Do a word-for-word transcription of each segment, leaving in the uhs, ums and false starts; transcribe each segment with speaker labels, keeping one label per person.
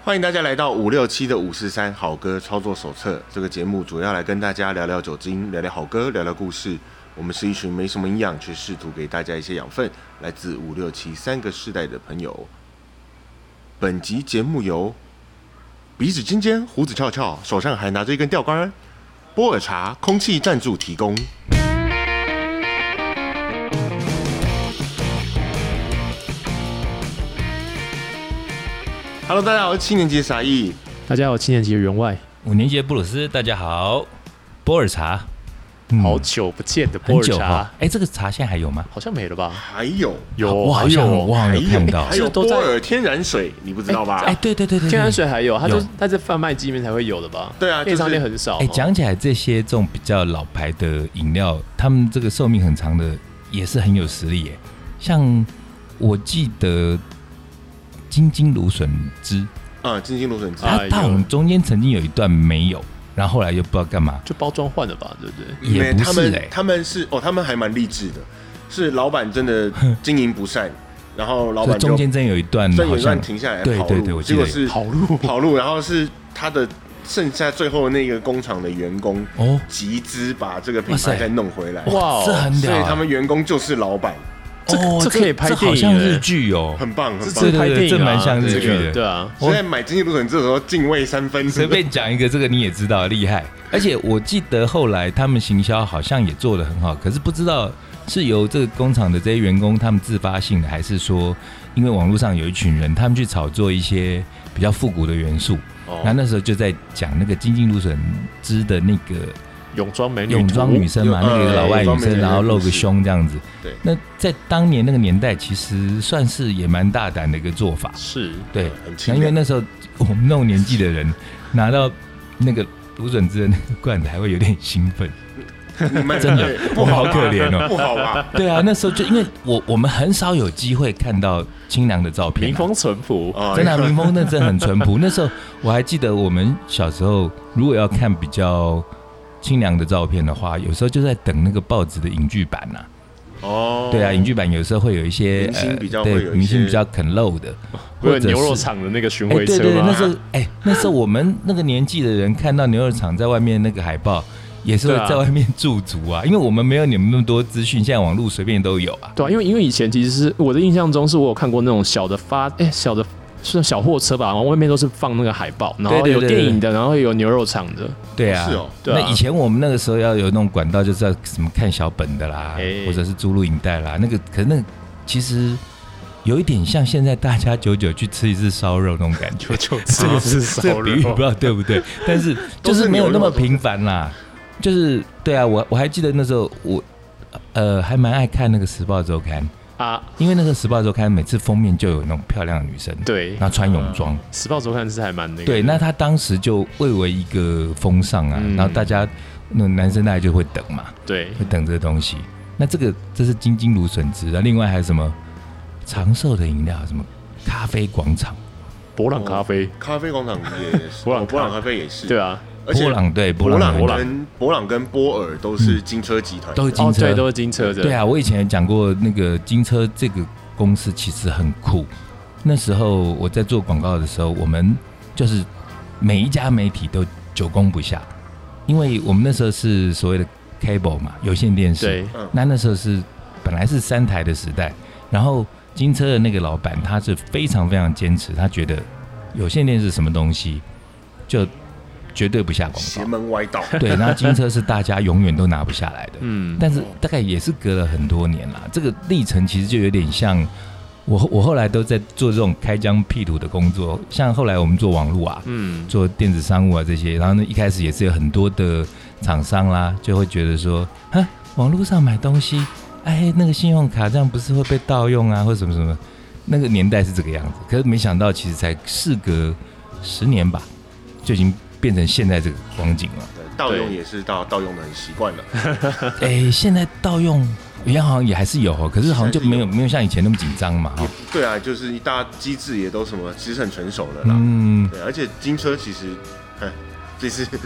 Speaker 1: 欢迎大家来到五六七的五四三好歌操作手册。这个节目主要来跟大家聊聊酒精，聊聊好歌，聊聊故事。我们是一群没什么营养，却试图给大家一些养分，来自五六七三个世代的朋友。本集节目由鼻子尖尖、胡子翘翘，手上还拿着一根钓竿，波尔茶空气赞助提供。Hello， 大家好，我是七年级的傻义。
Speaker 2: 大家好，七年级的员外。
Speaker 3: 五年级的布鲁斯。大家好，波尔茶。
Speaker 2: 嗯、好久不见的波尔茶。哎、
Speaker 3: 欸，这个茶现在还有吗？
Speaker 2: 好像没了吧？
Speaker 1: 还有，
Speaker 2: 有，
Speaker 3: 我好像我好像有看到，
Speaker 1: 还有波尔天然水，你不知道吧？
Speaker 3: 哎、欸，对对对对，
Speaker 2: 天然水还有，它都它在贩卖机里面才会有的吧？
Speaker 1: 对啊，
Speaker 2: 便利商店很少。
Speaker 3: 哎、欸，讲起来这些这种比较老牌的饮料，他们这个寿命很长的，也是很有实力耶。像我记得金金芦笋汁。
Speaker 1: 啊，金金芦笋汁，
Speaker 3: 它它好像中间曾经有一段没有，然后后来又不知道干嘛，
Speaker 2: 就包装换了吧，对不对？
Speaker 3: 也不是哎、欸，
Speaker 1: 他们是哦，他们还蛮励志的，是老板真的经营不善，然后老板
Speaker 3: 中间真有一段，
Speaker 1: 真有一段停下来跑路，
Speaker 3: 对对对，我记得
Speaker 1: 结果是
Speaker 2: 跑路
Speaker 1: 跑路，然后是他的剩下最后那个工厂的员工哦，集资把这个品牌再弄回来，
Speaker 3: 哇，这很屌、啊，
Speaker 1: 所以他们员工就是老板。
Speaker 2: 这哦，这可以拍电影，
Speaker 3: 好像日剧哦，
Speaker 1: 很棒，很棒，
Speaker 2: 这拍电影、啊，
Speaker 3: 这蛮像日剧的，
Speaker 2: 对啊。
Speaker 1: 现在买金鸡芦笋汁的时候，敬畏三分。
Speaker 3: 随便讲一个，这个你也知道厉害。而且我记得后来他们行销好像也做得很好，可是不知道是由这个工厂的这些员工他们自发性的，还是说因为网络上有一群人他们去炒作一些比较复古的元素。哦。然后那时候就在讲那个金鸡芦笋汁的那个。
Speaker 2: 泳装美女，
Speaker 3: 泳装女生嘛，那个老外女生，然后露个胸这样子。
Speaker 1: 对，
Speaker 3: 那在当年那个年代，其实算是也蛮大胆的一个做法。
Speaker 2: 是，
Speaker 3: 对，因为那时候我们那种年纪的人拿到那个芦笋汁的那个罐子，还会有点兴奋。真的，我好可怜哦，
Speaker 1: 不好吧？
Speaker 3: 对啊，那时候就因为我我们很少有机会看到清凉的照片、啊，
Speaker 2: 民风淳朴，
Speaker 3: 真的、啊，民风那真的很淳朴。那时候我还记得，我们小时候如果要看比较清凉的照片的话，有时候就在等那个报纸的影剧版呐、啊。哦，对啊，影剧版有时候会有一些
Speaker 1: 明星比较会有一些、
Speaker 3: 呃、对明星比较肯露的，
Speaker 2: 或者牛肉厂的那个巡回车、欸、
Speaker 3: 对对对，那时候哎、欸，那时候我们那个年纪的人看到牛肉厂在外面那个海报，也是会在外面驻足啊，因为我们没有你们那么多资讯，现在网络随便都有啊。
Speaker 2: 对啊，因为因为以前其实是我的印象中是我有看过那种小的发哎、欸、小的。是小货车吧，然后外面都是放那个海报，然后有电影的，然后有牛肉厂的。
Speaker 3: 对啊，
Speaker 1: 是哦，
Speaker 3: 对啊。那以前我们那个时候要有那种管道，就是要什么看小本的啦，欸、或者是租录影带啦。那个可是那个其实有一点像现在大家久久去吃一次烧肉那种感觉，
Speaker 2: 久久吃一次烧肉，
Speaker 3: 这个比喻不知道对不对？但是就是没有那么频繁啦。就是对啊，我我还记得那时候我呃还蛮爱看那个《时报周刊》。啊，因为那个《时报周刊》每次封面就有那种漂亮的女生，
Speaker 2: 对，
Speaker 3: 然后穿泳装，《
Speaker 2: 时报周刊》是还蛮那个，
Speaker 3: 对，那他当时就蔚为一个风尚啊，嗯、然后大家那男生大家就会等嘛，
Speaker 2: 对，
Speaker 3: 会等这个东西。那这个这是金金芦笋汁，然后另外还有什么长寿的饮料，什么咖啡广场、
Speaker 2: 博朗咖啡、
Speaker 1: 哦、咖啡广场也是，博朗博朗咖啡也是，
Speaker 2: 对啊。
Speaker 3: 波朗对
Speaker 1: 波朗跟波朗跟波尔都是金车集团、嗯，
Speaker 3: 都是金车、哦，
Speaker 2: 对，都是金车的。
Speaker 3: 对啊，我以前也讲过，那个金车这个公司其实很酷。那时候我在做广告的时候，我们就是每一家媒体都久攻不下，因为我们那时候是所谓的 cable 嘛，有线电视。
Speaker 2: 对，
Speaker 3: 那那时候是本来是三台的时代，然后金车的那个老板他是非常非常坚持，他觉得有线电视什么东西就。绝对不下广告，
Speaker 1: 邪门歪道。
Speaker 3: 对，然后金车是大家永远都拿不下来的。嗯，但是大概也是隔了很多年啦，这个历程其实就有点像我，我后来都在做这种开疆辟土的工作，像后来我们做网络啊，嗯，做电子商务啊这些，然后呢一开始也是有很多的厂商啦，就会觉得说，哈，网络上买东西，哎，那个信用卡这样不是会被盗用啊，或什么什么，那个年代是这个样子，可是没想到其实才事隔十年吧，就已经。变成现在这个光景了，
Speaker 1: 盗用也是盗盗用的很习惯了。
Speaker 3: 哎、欸，现在盗用也好像也还是有，可是好像就没有没有像以前那么紧张嘛。
Speaker 1: 对啊，就是一大机制也都什么，其实很成熟了啦。嗯，对，而且金车其实，哎，其实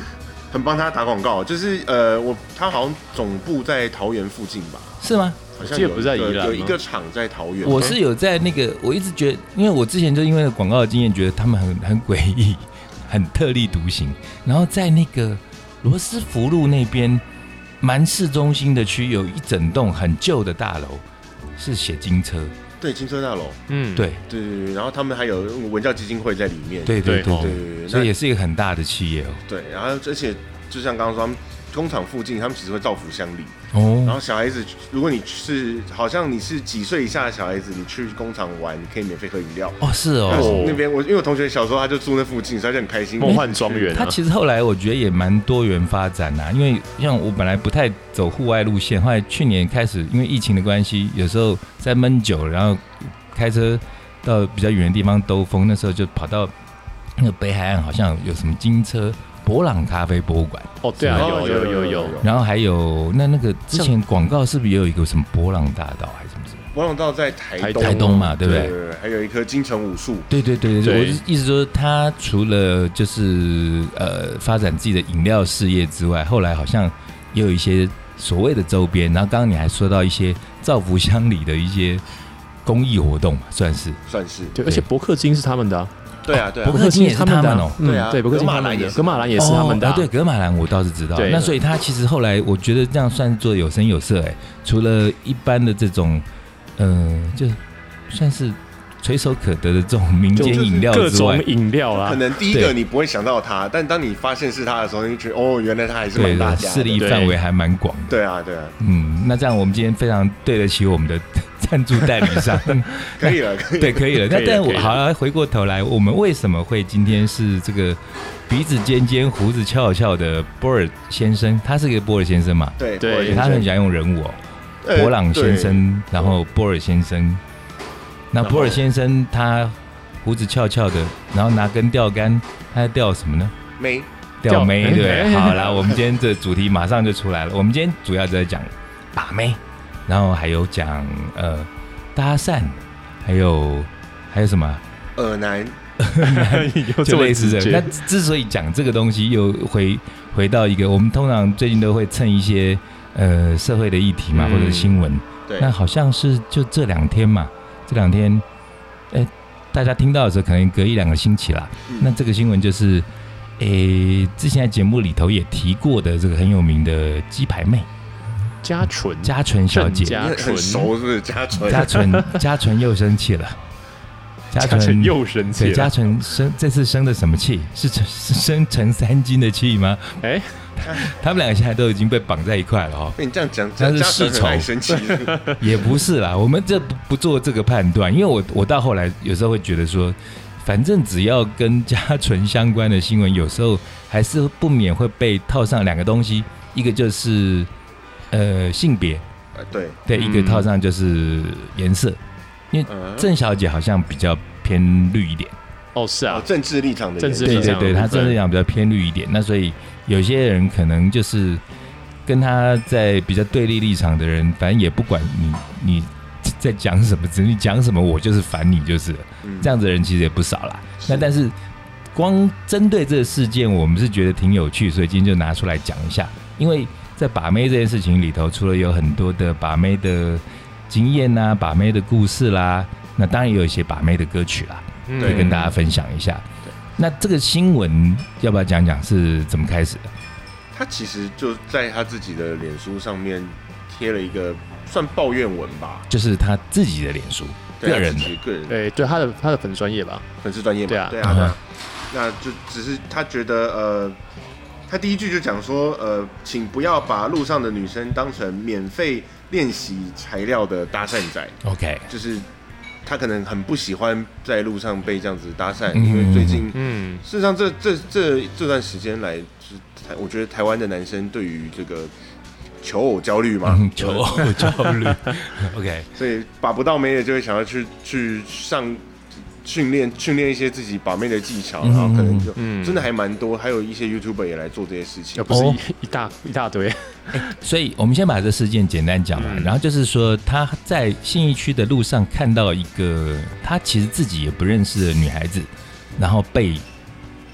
Speaker 1: 很帮他打广告，就是呃，我他好像总部在桃园附近吧？
Speaker 3: 是吗？
Speaker 1: 好像有
Speaker 2: 不在宜兰，
Speaker 1: 有一个厂在桃园。
Speaker 3: 我是有在那个，我一直觉得，因为我之前就因为广告的经验，觉得他们很很诡异，很特立独行。然后在那个罗斯福路那边，蛮市中心的区，有一整栋很旧的大楼，是写金车。
Speaker 1: 对，金车大楼。
Speaker 2: 嗯，
Speaker 3: 对
Speaker 1: 对对对，然后他们还有文教基金会在里面。
Speaker 3: 对对对
Speaker 1: 对, 对, 对, 对，
Speaker 3: 所以也是一个很大的企业哦。
Speaker 1: 对，然后而且就像刚刚说，他们工厂附近，他们其实会造福乡里。
Speaker 3: 哦，
Speaker 1: 然后小孩子，如果你是好像你是几岁以下的小孩子，你去工厂玩，你可以免费喝饮料。
Speaker 3: 哦，是哦。
Speaker 1: 那边我因为我同学小时候他就住那附近，所以他就很开心。
Speaker 2: 梦幻庄园、啊，
Speaker 3: 他其实后来我觉得也蛮多元发展呐、啊，因为像我本来不太走户外路线，后来去年开始因为疫情的关系，有时候在闷久了，然后开车到比较远的地方兜风，那时候就跑到那个北海岸，好像有什么金车博朗咖啡博物馆。
Speaker 2: 哦，对啊，有有有有。
Speaker 3: 然后还有那那个之前广告是不是也有一个什么博朗大道还是什么？
Speaker 1: 博朗大道在台东，
Speaker 3: 台东嘛，对不对？
Speaker 1: 对对对，还有一棵金城武树。
Speaker 3: 对对对对，我的意思说，他除了就是呃发展自己的饮料事业之外，后来好像也有一些所谓的周边。然后刚刚你还说到一些造福乡里的一些公益活动嘛，算是
Speaker 1: 算是。
Speaker 2: 对，而且伯克金是他们的、啊。
Speaker 1: 对啊，对啊，
Speaker 3: 伯克金也是他们的哦。
Speaker 2: 对啊，对，伯克金他们的，格马兰也是他们的、啊
Speaker 3: 哦。对，格马兰我倒是知道。那所以他其实后来，我觉得这样算是做有声有色哎。除了一般的这种，呃，就算是垂手可得的这种民间饮料之外，
Speaker 2: 各种饮料啦。
Speaker 1: 可能第一个你不会想到他，但当你发现是他的时候，你就觉得哦，原来他还是蛮大家的，
Speaker 3: 势力范围还蛮广的。
Speaker 1: 对啊，对啊。
Speaker 3: 嗯，那这样我们今天非常对得起我们的赞助代理商，
Speaker 1: 可以了，可以
Speaker 3: 对，可以了。那但我好了，回过头来，我们为什么会今天是这个鼻子尖尖、胡子翘翘的波尔先生？他是个波尔先生嘛？
Speaker 1: 对
Speaker 3: 对，他很喜欢用人物哦，博朗先生，然后波尔先生。那波尔先生他胡子翘翘的，然后拿根钓竿，他在钓什么呢？
Speaker 1: 妹，
Speaker 3: 钓妹，对不对？好啦，我们今天这主题马上就出来了。我们今天主要就在讲把妹。然后还有讲呃搭讪，还有还有什么
Speaker 1: 耳男，
Speaker 3: 就类似的。那之所以讲这个东西，又回回到一个我们通常最近都会蹭一些呃社会的议题嘛，嗯、或者新闻。
Speaker 1: 对。
Speaker 3: 那好像是就这两天嘛，这两天，哎，大家听到的时候可能隔一两个星期啦。嗯、那这个新闻就是，诶，之前在节目里头也提过的这个很有名的鸡排妹。
Speaker 2: 嘉纯，
Speaker 3: 嘉纯小姐，
Speaker 1: 很熟是不是？嘉纯，
Speaker 3: 嘉纯，嘉纯又生气了。
Speaker 2: 嘉纯又生气了。
Speaker 3: 对，嘉纯生这次生的什么气？是是生陈三金的气吗？哎、欸，他们两个现在都已经被绑在一块了哦。
Speaker 1: 被你这样讲，
Speaker 3: 他是世仇，
Speaker 1: 生气
Speaker 3: 也不是啦。我们这不不做这个判断，因为我我到后来有时候会觉得说，反正只要跟嘉纯相关的新闻，有时候还是不免会被套上两个东西，一个就是。呃，性别，
Speaker 1: 呃，对
Speaker 3: 对，一个套上就是颜色，因为郑小姐好像比较偏绿一点。
Speaker 2: 哦，是啊，
Speaker 1: 政治立场的，
Speaker 2: 政治立场，
Speaker 3: 对对对，她政治立场比较偏绿一点。那所以有些人可能就是跟她在比较对立立场的人，反正也不管你你在讲什么，只你讲什么，我就是烦你，就是了。嗯、这样子的人其实也不少啦。那但是光针对这个事件，我们是觉得挺有趣，所以今天就拿出来讲一下，因为。在把妹这件事情里头，除了有很多的把妹的经验啊、把妹的故事啦，那当然也有一些把妹的歌曲啦，可以跟大家分享一下。那这个新闻要不要讲讲是怎么开始的？
Speaker 1: 他其实就在他自己的脸书上面贴了一个算抱怨文吧，
Speaker 3: 就是他自己的脸书，个人的，
Speaker 1: 个人，
Speaker 2: 对对，他的他的粉专页吧，
Speaker 1: 粉丝专页嘛，
Speaker 2: 对啊，
Speaker 1: 对啊，对啊，那就只是他觉得呃。他第一句就讲说，呃，请不要把路上的女生当成免费练习材料的搭讪仔。
Speaker 3: OK，
Speaker 1: 就是他可能很不喜欢在路上被这样子搭讪，嗯、因为最近，嗯，事实上这这这这段时间来，就是我觉得台湾的男生对于这个求偶焦虑嘛，
Speaker 3: 嗯、求偶焦虑，OK，
Speaker 1: 所以把不到妹的就会想要去去上。训练训练一些自己把妹的技巧，然后可能就真的还蛮多，还有一些 YouTuber 也来做这些事情，
Speaker 2: 不是一一大一大堆。
Speaker 3: 欸、所以我们先把这事件简单讲完，嗯、然后就是说他在信义区的路上看到一个他其实自己也不认识的女孩子，然后被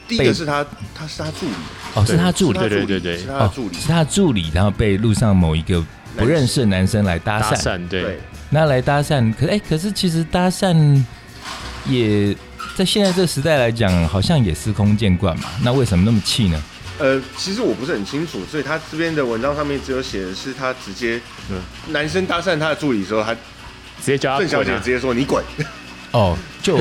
Speaker 1: 第一个是他，他是他助理，
Speaker 3: 哦，是他助理，
Speaker 2: 对对对对，
Speaker 1: 是他的助理，
Speaker 3: 是他的助理，然后被路上某一个不认识的男生来搭讪，
Speaker 2: 搭讪对，
Speaker 3: 那来搭讪，可哎，可是其实搭讪也在现在这个时代来讲，好像也司空见惯嘛，那为什么那么气呢？
Speaker 1: 呃，其实我不是很清楚，所以他这边的文章上面只有写的是他直接，嗯、男生搭讪他的助理的时候，他直
Speaker 2: 接叫他
Speaker 1: 郑小姐直接说你滚。
Speaker 3: 哦，就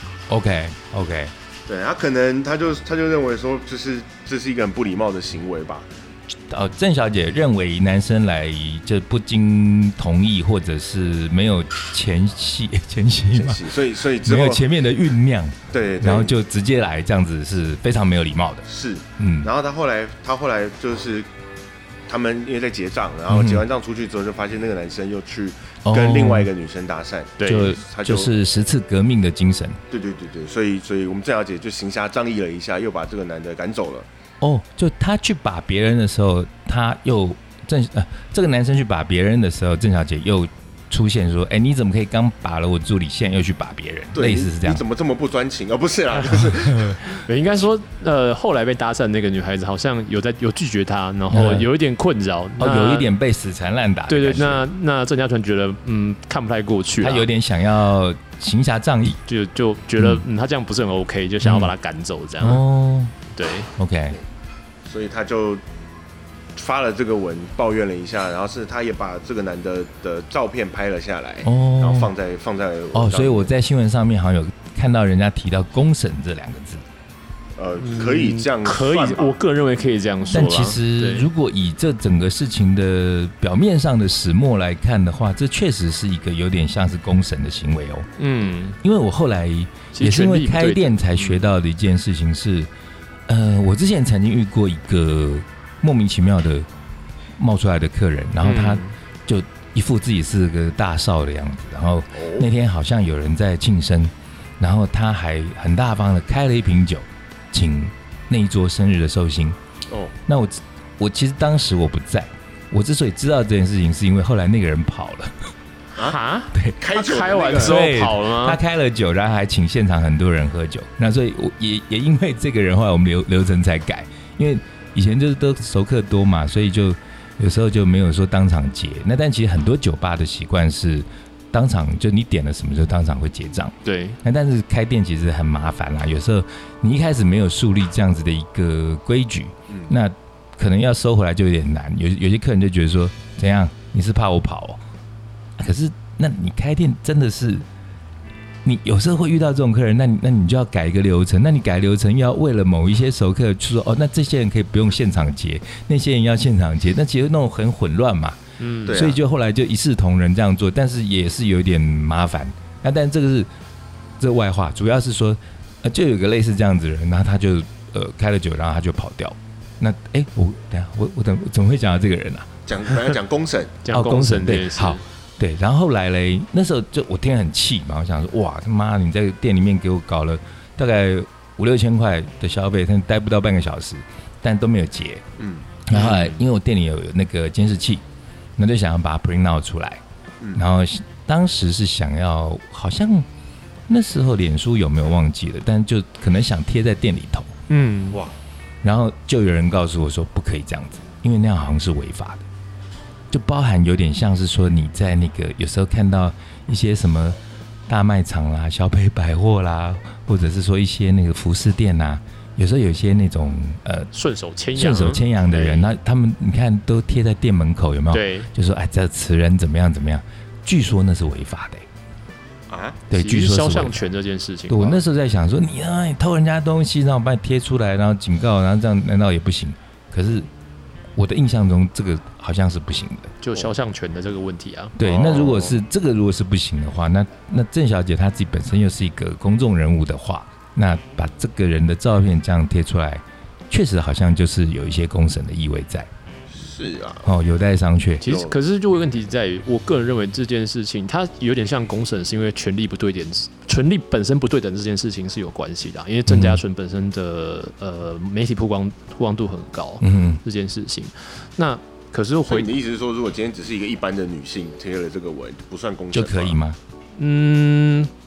Speaker 3: OK OK。
Speaker 1: 对他可能他就他就认为说，就是这是一个很不礼貌的行为吧。
Speaker 3: 哦，郑小姐认为男生来就不经同意，或者是没有前戏前戏嘛，
Speaker 1: 所以所以之后
Speaker 3: 没有前面的酝酿，
Speaker 1: 对，
Speaker 3: 然后就直接来，这样子是非常没有礼貌的。
Speaker 1: 是，嗯，然后他后来他后来就是他们因为在结账，然后结完账出去之后，就发现那个男生又去跟另外一个女生搭讪，对，
Speaker 3: 就他就就是十次革命的精神。
Speaker 1: 对对对对，所以所以我们郑小姐就行侠仗义了一下，又把这个男的赶走了。
Speaker 3: 哦，就他去把别人的时候，他又郑呃这个男生去把别人的时候，郑小姐又出现说：“哎，你怎么可以刚把了我助理，现在又去把别人？”类似是这样。
Speaker 1: 你怎么这么不专情？哦，不是啦，就是
Speaker 2: 对，应该说，呃，后来被搭讪那个女孩子好像有在有拒绝他，然后有一点困扰，
Speaker 3: 哦，有一点被死缠烂打。
Speaker 2: 对对，那那郑家纯觉得嗯看不太过去，
Speaker 3: 他有点想要行侠仗义，
Speaker 2: 就就觉得嗯他这样不是很 OK， 就想要把他赶走这样。哦，对
Speaker 3: ，OK。
Speaker 1: 所以他就发了这个文，抱怨了一下，然后是他也把这个男的的照片拍了下来，哦、然后放在放在
Speaker 3: 哦，所以我在新闻上面好像有看到人家提到公审这两个字，
Speaker 1: 呃，可以这样、嗯，
Speaker 2: 可以，我个人认为可以这样说。
Speaker 3: 但其实如果以这整个事情的表面上的始末来看的话，这确实是一个有点像是公审的行为哦。嗯，因为我后来也是因为开店才学到的一件事情是。呃，我之前曾经遇过一个莫名其妙的冒出来的客人，然后他就一副自己是个大少的样子，然后那天好像有人在庆生，然后他还很大方的开了一瓶酒，请那一桌生日的寿星。哦，那我我其实当时我不在，我之所以知道这件事情，是因为后来那个人跑了。
Speaker 2: 啊，
Speaker 3: 对，
Speaker 2: 开酒开完之后跑了吗？
Speaker 3: 他开了酒，然后还请现场很多人喝酒。那所以我也也因为这个人，后来我们流流程才改，因为以前就是都熟客多嘛，所以就有时候就没有说当场结。那但其实很多酒吧的习惯是当场就你点了什么就当场会结账。
Speaker 2: 对，
Speaker 3: 那但是开店其实很麻烦啦，有时候你一开始没有树立这样子的一个规矩，嗯、那可能要收回来就有点难。有有些客人就觉得说，怎样？你是怕我跑哦？可是，那你开店真的是，你有时候会遇到这种客人，那你那你就要改一个流程。那你改流程又要为了某一些熟客去说，哦，那这些人可以不用现场结，那些人要现场结，那其实那种很混乱嘛。嗯，对、啊。所以就后来就一视同仁这样做，但是也是有点麻烦。那但这个是这个外话，主要是说，呃，就有个类似这样子的人，然后他就呃开了酒，然后他就跑掉。那哎、欸，我等下我我怎怎么会讲到这个人啊？
Speaker 1: 讲本来讲公审，
Speaker 2: 讲公审对，
Speaker 3: 好。对，然后后来嘞，那时候就我天很气嘛，我想说，哇他妈，你在店里面给我搞了大概五六千块的消费，但待不到半个小时，但都没有结。嗯，然后后来因为我店里有那个监视器，那就想要把它 print out 出来。嗯，然后当时是想要，好像那时候脸书有没有忘记了，但就可能想贴在店里头。嗯，哇，然后就有人告诉我说不可以这样子，因为那样好像是违法的。就包含有点像是说你在那个有时候看到一些什么大卖场啦、小北百货啦，或者是说一些那个服饰店啦，有时候有一些那种呃
Speaker 2: 顺手牵羊、
Speaker 3: 顺手牵羊的人，那他们你看都贴在店门口有没有？
Speaker 2: 对，
Speaker 3: 就说哎，这此人怎么样怎么样？据说那是违法的、欸。啊，对，据说
Speaker 2: 肖像权这件事情，
Speaker 3: 对我那时候在想说，你啊，你偷人家东西，然后把你贴出来，然后警告，然后这样难道也不行？可是我的印象中，这个好像是不行的，
Speaker 2: 就肖像权的这个问题啊。
Speaker 3: 对，那如果是这个如果是不行的话，那那郑小姐她自己本身又是一个公众人物的话，那把这个人的照片这样贴出来，确实好像就是有一些公审的意味在。
Speaker 1: 是啊，
Speaker 3: 哦，有待商榷。
Speaker 2: 其实，可是就问题在于，我个人认为这件事情它有点像公审，是因为权力不对等，权力本身不对等这件事情是有关系的、啊。因为郑家纯本身的呃媒体曝光曝光度很高，嗯，这件事情。那可是回
Speaker 1: 你的意思是说，如果今天只是一个一般的女性贴了这个文，不算公审
Speaker 3: 就可以吗？
Speaker 2: 嗯。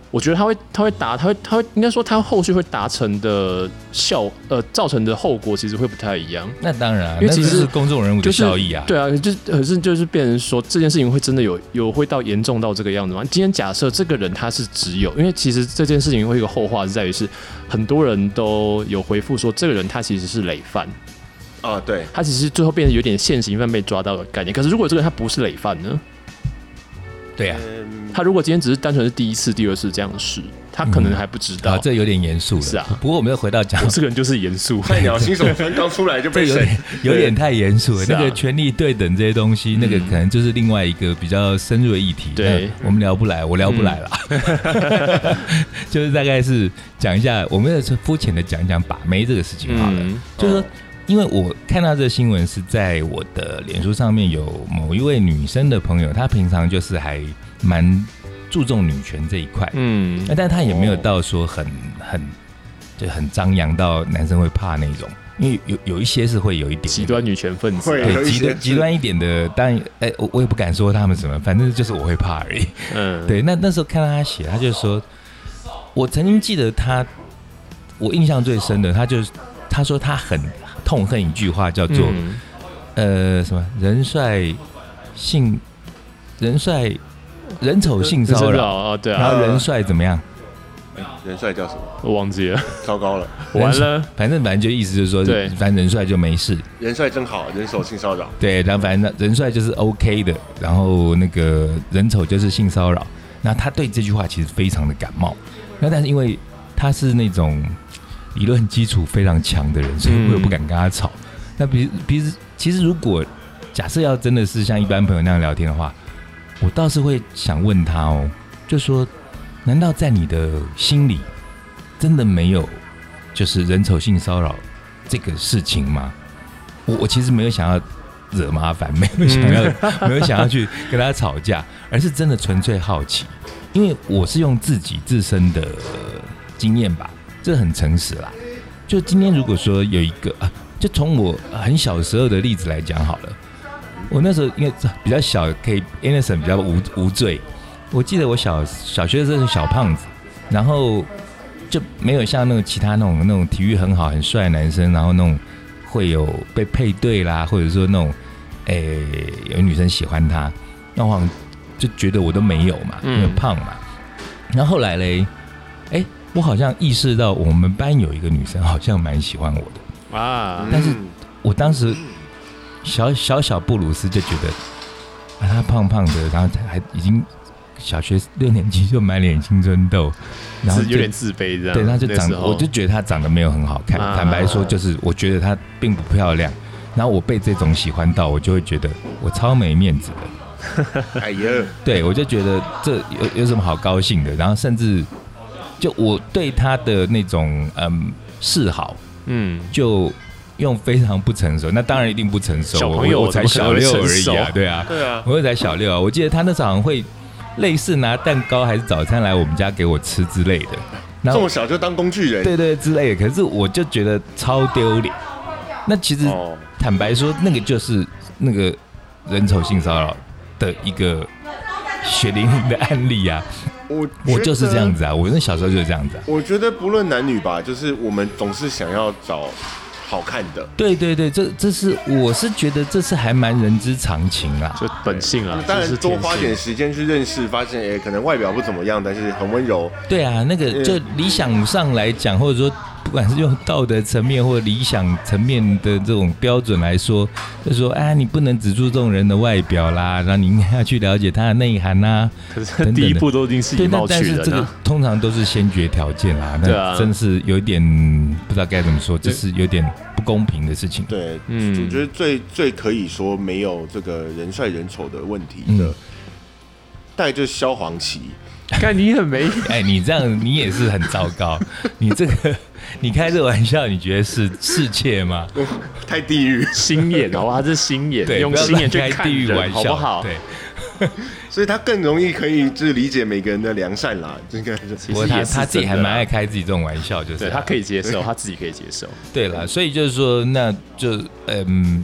Speaker 2: 我觉得他会，他会达，他会，他会，应该说他后续会达成的效，呃，造成的后果其实会不太一样。
Speaker 3: 那当然、啊，
Speaker 2: 因为其实
Speaker 3: 是公众人物的效益啊。
Speaker 2: 就是、对啊，就可是就是变成说这件事情会真的有有会到严重到这个样子吗？今天假设这个人他是只有，因为其实这件事情会有一个后话是在于是很多人都有回复说这个人他其实是累犯。
Speaker 1: 啊，对，
Speaker 2: 他其实最后变成有点现行犯被抓到的概念。可是如果这个人他不是累犯呢？
Speaker 3: 对啊，
Speaker 2: 他如果今天只是单纯是第一次、第二次这样试，他可能还不知道。
Speaker 3: 嗯、啊，这有点严肃了。
Speaker 2: 是啊，
Speaker 3: 不过我们又回到讲，
Speaker 2: 我这个人就是严肃。
Speaker 1: 菜鸟新手村刚出来就被审，
Speaker 3: 有点太严肃了。
Speaker 2: 啊、
Speaker 3: 那个权力对等这些东西、嗯，那个可能就是另外一个比较深入的议题。
Speaker 2: 对，
Speaker 3: 我们聊不来，我聊不来了。嗯、就是大概是讲一下，我们肤浅的讲一讲把妹这个事情好了。嗯、就是说。因为我看到这个新闻是在我的脸书上面，有某一位女生的朋友，她平常就是还蛮注重女权这一块，嗯，但她也没有到说很很就很张扬到男生会怕那种，因为有有一些是会有一点
Speaker 2: 极端女权分子，
Speaker 3: 对极端极端一点的，当然，哎、欸，我我也不敢说他们什么，反正就是我会怕而已，嗯，对。那那时候看到她写，她就说，我曾经记得她，我印象最深的，她就她说她很。痛恨一句话叫做、嗯、呃什么人帅性人帅人丑性骚扰、
Speaker 2: 哦、对啊，
Speaker 3: 然后人帅怎么样？
Speaker 1: 人帅叫什么？
Speaker 2: 我忘记了，
Speaker 1: 糟糕了，
Speaker 2: 完了。
Speaker 3: 反正反正就意思就是说，对，反正人帅就没事。
Speaker 1: 人帅真好，人丑性骚扰。
Speaker 3: 对，然后反正人帅就是 OK 的，然后那个人丑就是性骚扰。那他对这句话其实非常的感冒。那但是因为他是那种。理论基础非常强的人，所以我也不敢跟他吵。嗯、那比比其实如果假设要真的是像一般朋友那样聊天的话，我倒是会想问他哦，就说难道在你的心里真的没有就是人丑性骚扰这个事情吗？我我其实没有想要惹麻烦，没有想要、嗯、没有想要去跟他吵架，而是真的纯粹好奇，因为我是用自己自身的经验吧。这很诚实啦。就今天如果说有一个啊，就从我很小时候的例子来讲好了。我那时候因为比较小，可以 innocent 比较无无罪。我记得我小小学的时候是小胖子，然后就没有像那种其他那种那种体育很好很帅的男生，然后那种会有被配对啦，或者说那种诶、欸、有女生喜欢他，那我好像就觉得我都没有嘛，因为胖嘛。然后后来嘞，哎、欸。我好像意识到我们班有一个女生好像蛮喜欢我的啊，但是我当时小小小布鲁斯就觉得啊，她胖胖的，然后还已经小学六年级就满脸青春痘，然后
Speaker 2: 有点自卑这样。
Speaker 3: 对，她就长，我就觉得她长得没有很好看。啊、坦白说，就是我觉得她并不漂亮。然后我被这种喜欢到，我就会觉得我超没面子的。
Speaker 1: 哎呀，
Speaker 3: 对，我就觉得这有有什么好高兴的？然后甚至。就我对他的那种嗯示好，嗯，就用非常不成熟，那当然一定不成熟，
Speaker 2: 小朋友
Speaker 3: 我才小六而已啊，对啊，
Speaker 1: 对啊，
Speaker 3: 我才小六啊。我记得他那时候好像会类似拿蛋糕还是早餐来我们家给我吃之类的，
Speaker 1: 这么小就当工具人，
Speaker 3: 对对之类的。可是我就觉得超丢脸。那其实、哦、坦白说，那个就是那个人丑性骚扰的一个血淋淋的案例啊。我我就是这样子啊，我那小时候就是这样子啊。
Speaker 1: 我觉得不论男女吧，就是我们总是想要找好看的。
Speaker 3: 对对对，这这是我是觉得这是还蛮人之常情啦，
Speaker 2: 就本性啊。
Speaker 1: 当然多花点时间去认识，发现哎、欸，可能外表不怎么样，但是很温柔。
Speaker 3: 对啊，那个就理想上来讲，或者说不管是用道德层面或理想层面的这种标准来说，就是说啊，你不能只注重人的外表啦，然后你应该要去了解它的内涵啦。
Speaker 2: 可是第一步都已经是以貌取人了，
Speaker 3: 但是这个通常都是先决条件啦，那真是有点不知道该怎么说，这是有点不公平的事情。
Speaker 1: 对，嗯，我觉得最最可以说没有这个人帅人丑的问题的，嗯、大概就是萧煌奇。
Speaker 2: 看你很没
Speaker 3: 哎，你这样你也是很糟糕。你这个你开这个玩笑，你觉得是是切吗？
Speaker 1: 太地狱，
Speaker 2: 心眼好不好？这是心眼，
Speaker 3: 对，
Speaker 2: 用心眼去看
Speaker 3: 地狱玩笑，
Speaker 2: 好不好？
Speaker 3: 对，
Speaker 1: 所以他更容易可以就是理解每个人的良善啦。这个
Speaker 3: 不过他他自己还蛮爱开自己这种玩笑，就是、啊、
Speaker 2: 对他可以接受，他自己可以接受。
Speaker 3: 对啦，所以就是说，那就嗯，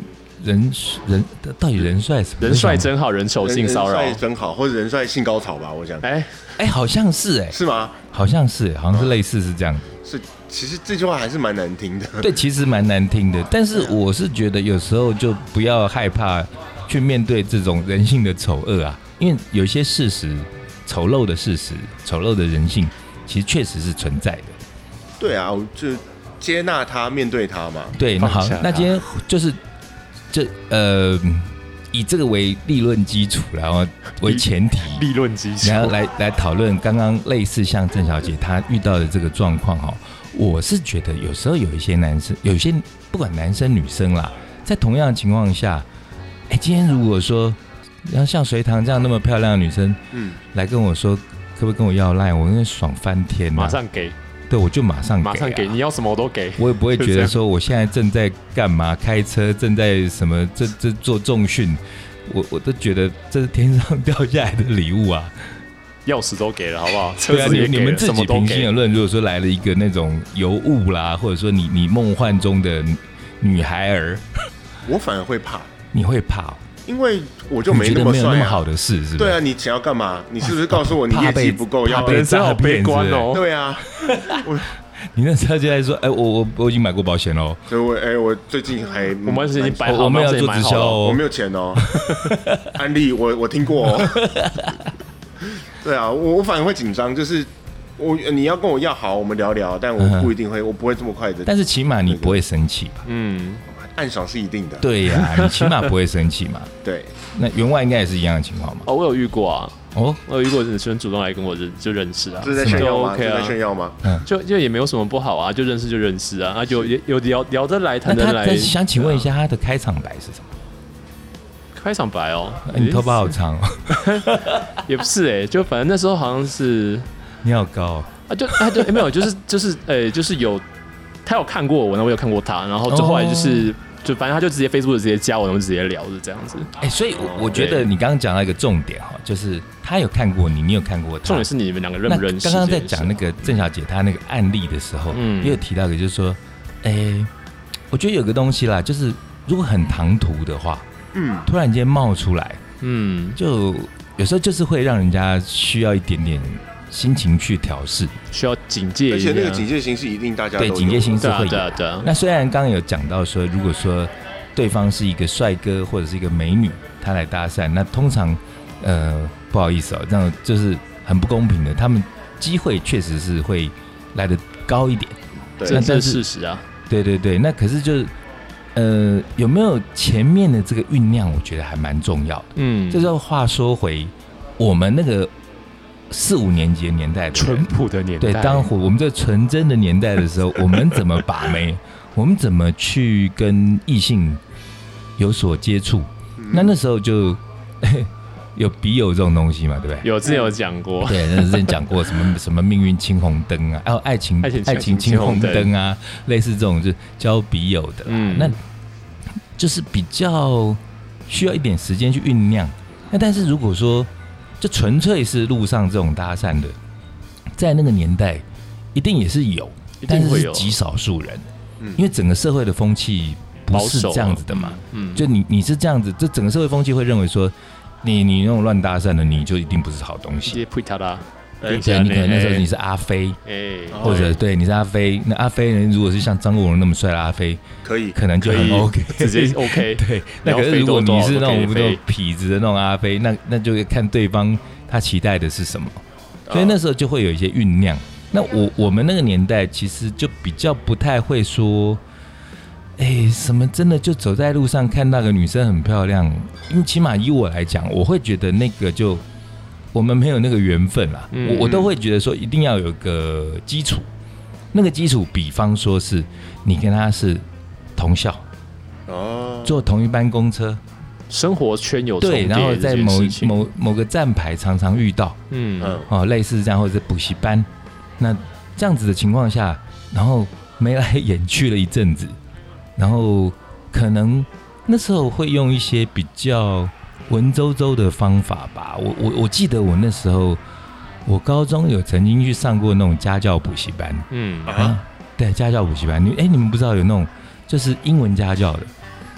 Speaker 3: 人人到底人帅什么？
Speaker 2: 人帅真好，人丑性骚扰，
Speaker 1: 人帅真好，或者人帅性高潮吧，我想。
Speaker 2: 哎
Speaker 3: 哎，好像是哎、欸，
Speaker 1: 是吗？
Speaker 3: 好像是，好像是类似是这样。
Speaker 1: 是，其实这句话还是蛮难听的。
Speaker 3: 对，其实蛮难听的，但是我是觉得有时候就不要害怕去面对这种人性的丑恶啊，因为有些事实，丑陋的事实，丑陋的人性，其实确实是存在的。
Speaker 1: 对啊，就接纳它，面对它嘛。
Speaker 3: 对，那好，那今天就是这呃。以这个为立论基础，然后为前提，
Speaker 2: 立论基础，
Speaker 3: 然后来来讨论刚刚类似像郑小姐她遇到的这个状况哈。我是觉得有时候有一些男生，有一些不管男生女生啦，在同样的情况下，哎，今天如果说像像隋棠这样那么漂亮的女生，嗯，来跟我说，可不可以跟我要赖？我那爽翻天、啊，
Speaker 2: 马上给。
Speaker 3: 对，我就马上给、啊，
Speaker 2: 马上给，你要什么我都给。
Speaker 3: 我也不会觉得说我现在正在干嘛，开车正在什么，这这做重训，我我都觉得这是天上掉下来的礼物啊，
Speaker 2: 钥匙都给了，好不好？
Speaker 3: 对啊，你你们自己平心而论，如果说来了一个那种尤物啦，或者说你你梦幻中的女孩儿，
Speaker 1: 我反而会怕，
Speaker 3: 你会怕、哦。
Speaker 1: 因为我就没那么帅、啊、
Speaker 3: 你觉得没有那么好的事，是不是？
Speaker 1: 对啊，你想要干嘛？你是不是告诉我你业绩不够？要
Speaker 2: 人生好悲观哦。
Speaker 1: 对啊，我
Speaker 3: 你那时候就在说，哎、欸，我我我已经买过保险喽。
Speaker 1: 所以我哎、欸，我最近还
Speaker 2: 我们是已经摆好，
Speaker 3: 我们要做直销哦，
Speaker 1: 我没有钱哦。安利我我听过哦。对啊，我我反而会紧张，就是我你要跟我要好，我们聊聊，但我不一定会，我不会这么快的。
Speaker 3: 但是起码你不会生气吧？
Speaker 2: 嗯。
Speaker 3: 暗
Speaker 1: 爽是一定的，
Speaker 3: 对呀、啊，你起码不会生气嘛。
Speaker 1: 对，
Speaker 3: 那员外应该也是一样的情况嘛。
Speaker 2: 哦，我有遇过啊。
Speaker 3: 哦，
Speaker 2: 我有遇过女生主动来跟我认就认识啊。
Speaker 1: 这是在炫耀吗？
Speaker 2: OK 啊，
Speaker 1: 这是在炫耀吗？
Speaker 2: 嗯，就就也没有什么不好啊，就认识就认识啊，啊就有聊聊得来，谈得来。
Speaker 3: 那想请问一下，他的开场白是什么？
Speaker 2: 开场白哦，
Speaker 3: 你头发好长哦。
Speaker 2: 也不是哎、欸，就反正那时候好像是
Speaker 3: 你好高、哦、
Speaker 2: 啊，就啊就、欸、没有，就是就是哎、欸，就是有他有看过我，那我有看过他，然后就后来就是。哦就反正他就直接 Facebook 直接加我，然后直接聊，是这样子。
Speaker 3: 哎、欸，所以我觉得你刚刚讲到一个重点哈，就是他有看过你，你有看过他。
Speaker 2: 重点是你们两个认不认识？
Speaker 3: 刚刚在讲那个郑小姐她那个案例的时候，嗯，也有提到一个，就是说，哎、欸，我觉得有个东西啦，就是如果很唐突的话，嗯，突然间冒出来，嗯，就有时候就是会让人家需要一点点。心情去调试，
Speaker 2: 需要警戒一下，
Speaker 1: 而且那个警戒心是一定大家都有
Speaker 3: 对警戒心是会有。
Speaker 2: 对啊对啊。
Speaker 3: 那虽然刚刚有讲到说，如果说对方是一个帅哥或者是一个美女，他来搭讪，那通常呃不好意思哦，这样就是很不公平的，他们机会确实是会来得高一点，
Speaker 2: 这是事实啊。
Speaker 3: 对对对，那可是就是呃有没有前面的这个酝酿，我觉得还蛮重要的。嗯，这就话说回我们那个。四五年级的年代的
Speaker 2: 淳朴的年代，
Speaker 3: 对，当我们这纯真的年代的时候，我们怎么把妹？我们怎么去跟异性有所接触？嗯、那那时候就有笔友这种东西嘛，对不对？
Speaker 2: 有之前有讲过，
Speaker 3: 对，那之前讲过什么什么命运青红灯啊，还有爱情
Speaker 2: 爱情
Speaker 3: 爱情青红灯啊，类似这种就交笔友的，嗯，那就是比较需要一点时间去酝酿。那但是如果说就纯粹是路上这种搭讪的，在那个年代一定也是有，但是是极少数人，嗯、因为整个社会的风气不是这样子的嘛。嗯，就你你是这样子，这整个社会风气会认为说，你你那种乱搭讪的，你就一定不是好东西。对，你可能那时候你是阿飞，欸、或者对你是阿飞，那阿飞人如果是像张国荣那么帅的阿飞，
Speaker 1: 可以，
Speaker 3: 可能就很 OK，
Speaker 2: 直接 OK。
Speaker 3: 对，那可是如果你是那种那种痞子的那种阿飞，那那就看对方他期待的是什么，所以那时候就会有一些酝酿。那我我们那个年代其实就比较不太会说，哎、欸，什么真的就走在路上看那个女生很漂亮，因为起码以我来讲，我会觉得那个就。我们没有那个缘分啦，嗯、我我都会觉得说一定要有个基础，那个基础，比方说是你跟他是同校，哦，坐同一班公车，
Speaker 2: 生活圈有重叠，
Speaker 3: 对，然后在某某某个站牌常常遇到，嗯哦，类似这样，或者是补习班，那这样子的情况下，然后眉来眼去了一阵子，然后可能那时候会用一些比较。文绉绉的方法吧，我我我记得我那时候，我高中有曾经去上过那种家教补习班，嗯啊，对，家教补习班，你哎、欸、你们不知道有那种就是英文家教的，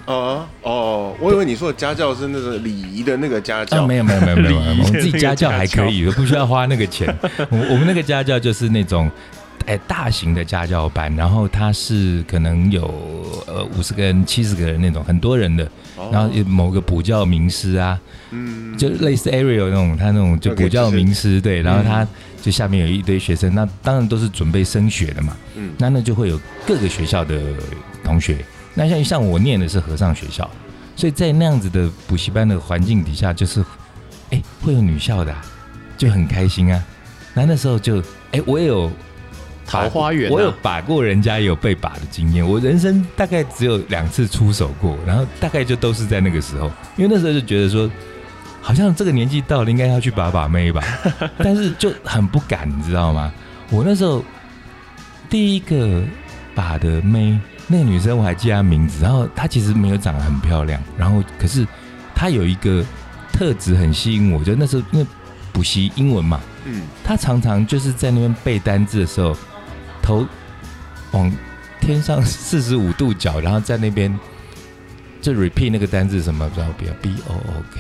Speaker 1: 哦哦，我以为你说的家教是那个礼仪的那个家教，
Speaker 3: 啊、没有没有没有没有，我们自己家教还可以，不需要花那个钱。我我们那个家教就是那种，哎，大型的家教班，然后它是可能有呃五十个人、七十个人那种，很多人的，然后某个补教名师啊，嗯，就类似 Ariel 那种，他那种就补教名师，对，然后他就下面有一堆学生，那当然都是准备升学的嘛，嗯，那那就会有各个学校的同学。那像像我念的是和尚学校，所以在那样子的补习班的环境底下，就是，哎，会有女校的、啊，就很开心啊。那那时候就，哎，我也有
Speaker 2: 桃花源、啊，
Speaker 3: 我有把过人家，也有被把的经验。我人生大概只有两次出手过，然后大概就都是在那个时候，因为那时候就觉得说，好像这个年纪到了，应该要去把把妹吧，但是就很不敢，你知道吗？我那时候第一个把的妹。那个女生我还记得她名字，然后她其实没有长得很漂亮，然后可是她有一个特质很吸引我，就那时候因为补习英文嘛，嗯，她常常就是在那边背单字的时候，头往天上四十五度角，然后在那边就 repeat 那个单字什么，不要不要 B O O K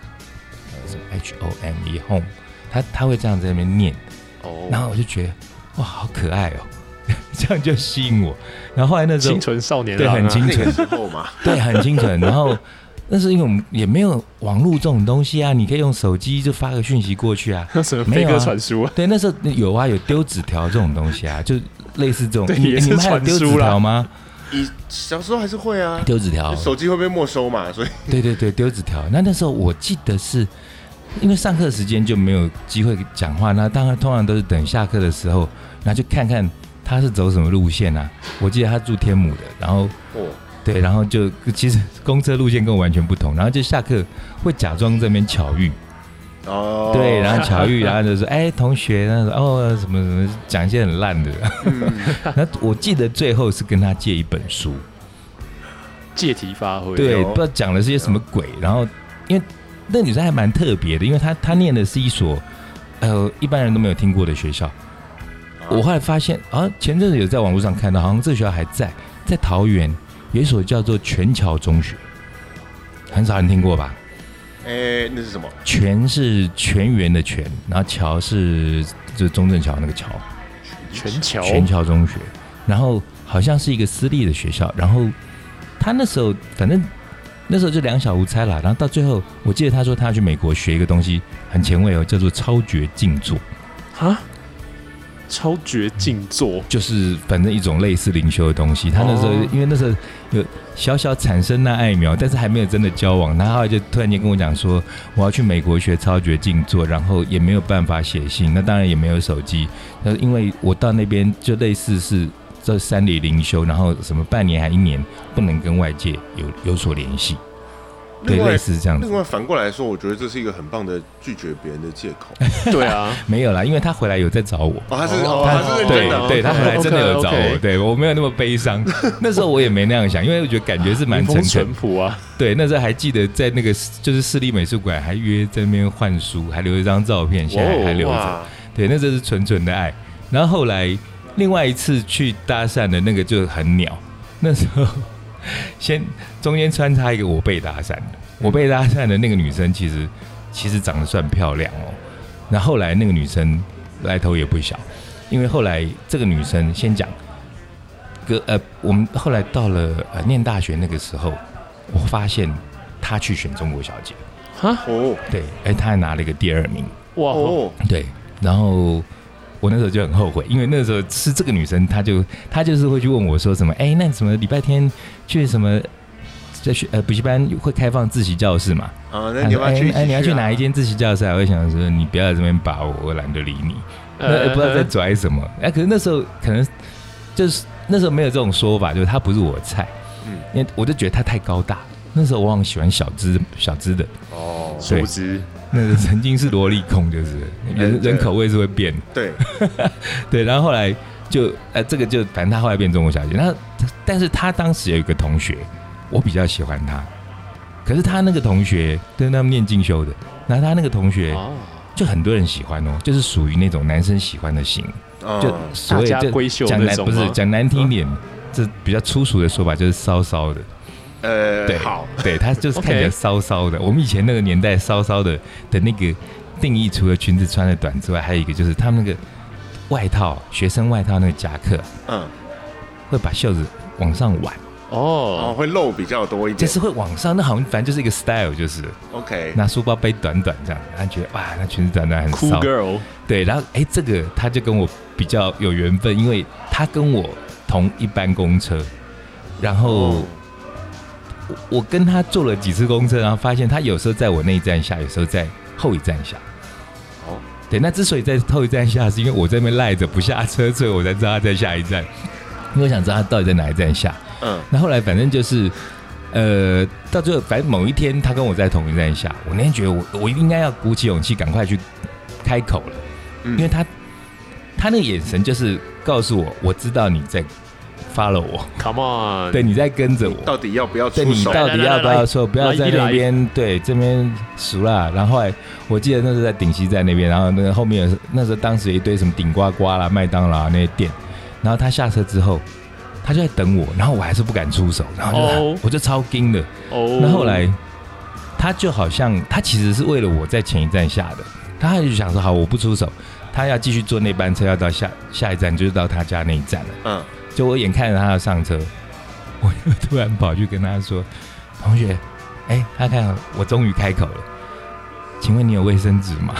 Speaker 3: book， H O M E home， 她她会这样在那边念，哦，然后我就觉得哇，好可爱哦。这样就吸引我，然后后来那时候
Speaker 2: 清纯少年、啊，
Speaker 3: 对，很清纯，
Speaker 1: 时候嘛，
Speaker 3: 对，很清纯。然后那是因为我们也没有网络这种东西啊，你可以用手机就发个讯息过去啊，
Speaker 2: 什么飞鸽传书啊？
Speaker 3: 对，那时候有啊，有丢纸条这种东西啊，就类似这种。
Speaker 2: 对，也是传书啦。你们还有丢纸条
Speaker 3: 吗？
Speaker 1: 以小时候还是会啊，
Speaker 3: 丢纸条，
Speaker 1: 手机会被没收嘛，所以
Speaker 3: 对对对，丢纸条。那那时候我记得是因为上课时间就没有机会讲话，那当然通常都是等下课的时候，然后就看看。他是走什么路线啊？我记得他住天母的，然后，哦、对，然后就其实公车路线跟我完全不同，然后就下课会假装这边巧遇，哦，对，然后巧遇，然后就说，哎，同学，那说哦什么什么，讲一些很烂的，嗯、然后我记得最后是跟他借一本书，
Speaker 2: 借题发挥，
Speaker 3: 对，不知道讲的是些什么鬼，然后因为那女生还蛮特别的，因为她她念的是一所呃一般人都没有听过的学校。我后来发现啊，前阵子有在网络上看到，好像这个学校还在，在桃园有一所叫做全侨中学，很少人听过吧？
Speaker 1: 哎、欸，那是什么？
Speaker 3: 全是全员的全，然后侨是就是中正桥那个侨，
Speaker 2: 全侨
Speaker 3: 全侨中学，然后好像是一个私立的学校，然后他那时候反正那时候就两小无猜啦，然后到最后，我记得他说他要去美国学一个东西，很前卫哦，叫做超绝静坐
Speaker 2: 啊。超绝静坐
Speaker 3: 就是反正一种类似灵修的东西。他那时候、哦、因为那时候有小小产生那爱苗，但是还没有真的交往。他后来就突然间跟我讲说，我要去美国学超绝静坐，然后也没有办法写信，那当然也没有手机。因为我到那边就类似是这山里灵修，然后什么半年还一年不能跟外界有有所联系。对，类似这样子。
Speaker 1: 另外反过来说，我觉得这是一个很棒的拒绝别人的借口。
Speaker 2: 对啊，
Speaker 3: 没有啦，因为他回来有在找我。
Speaker 1: 哦，他是，哦、他是认真的。
Speaker 3: 对，对他回来真的有找我。Okay, okay. 对我没有那么悲伤。那时候我也没那样想，因为我觉得感觉是蛮诚
Speaker 2: 淳朴啊。
Speaker 3: 对，那时候还记得在那个就是市立美术馆还约在那边换书，还留一张照片，现在还留着。对，那时候是纯纯的爱。然后后来另外一次去搭讪的那个就很鸟，那时候。先中间穿插一个我被搭讪的，我被搭讪的那个女生其实其实长得算漂亮哦。那后来那个女生来头也不小，因为后来这个女生先讲，哥呃，我们后来到了呃念大学那个时候，我发现她去选中国小姐，哈哦，对，哎，她还拿了一个第二名，哇哦，对，然后。我那时候就很后悔，因为那时候是这个女生，她就她就是会去问我说什么，哎、欸，那你什么礼拜天去什么在学呃补习班会开放自习教室嘛？
Speaker 1: 啊，那你要不要去？
Speaker 3: 哎、欸欸，你要去哪一间自习教室？我会想说，你不要在这边把我，我懒得理你。那不知道在拽什么。哎、欸，可是那时候可能就是那时候没有这种说法，就是她不是我的菜，嗯，因为我就觉得她太高大。那时候我往往喜欢小只小只的哦，
Speaker 2: 殊不知。
Speaker 3: 那个曾经是萝莉控，就是人人口味是会变，
Speaker 1: 对
Speaker 3: 对，然后后来就呃这个就反正他后来变中国小姐，那但是他当时有一个同学，我比较喜欢他，可是他那个同学跟他们念进修的，然后他那个同学就很多人喜欢哦，就是属于那种男生喜欢的型，哦、就所谓就讲难不是讲难听一点，这比较粗俗的说法就是骚骚的。
Speaker 1: 呃，
Speaker 3: 对，
Speaker 1: 好，
Speaker 3: 对，它就是看起来骚骚的。我们以前那个年代骚骚的的那个定义，除了裙子穿的短之外，还有一个就是他们那个外套，学生外套那个夹克，嗯，会把袖子往上挽。
Speaker 1: 哦，会露比较多一点，
Speaker 3: 就是会往上，那好像反正就是一个 style， 就是
Speaker 1: OK。
Speaker 3: 拿书包背短短这样，然后觉得哇，那裙子短短很骚
Speaker 2: ，cool girl。
Speaker 3: 对，然后哎，这个他就跟我比较有缘分，因为他跟我同一班公车，然后、哦、我, 我跟他坐了几次公车，然后发现他有时候在我那一站下，有时候在后一站下。哦，对，那之所以在后一站下，是因为我在那边赖着不下车，所以我才知道他在下一站，因为我想知道他到底在哪一站下。嗯，那后来反正就是，呃，到最后反正某一天他跟我在同一站下，我那天觉得我我应该要鼓起勇气赶快去开口了，嗯、因为他他那个眼神就是告诉我，我知道你在 follow 我
Speaker 2: ，Come on，
Speaker 3: 对，你在跟着我，
Speaker 1: 到底要不要出手？
Speaker 3: 对，你到底要不要说，不要在那边对这边熟啦。然后后来我记得那时候在顶溪站那边，然后那个后面那时候当时有一堆什么顶呱呱啦、麦当劳那些店，然后他下车之后。他就在等我，然后我还是不敢出手，然后就、oh. 我就超惊的。Oh. 那后来他就好像他其实是为了我在前一站下的，他就想说好我不出手，他要继续坐那班车要到下下一站就是到他家那一站了。嗯，就我眼看着他要上车，我又突然跑去跟他说：“同学，哎、欸，他看我终于开口了，请问你有卫生纸吗？”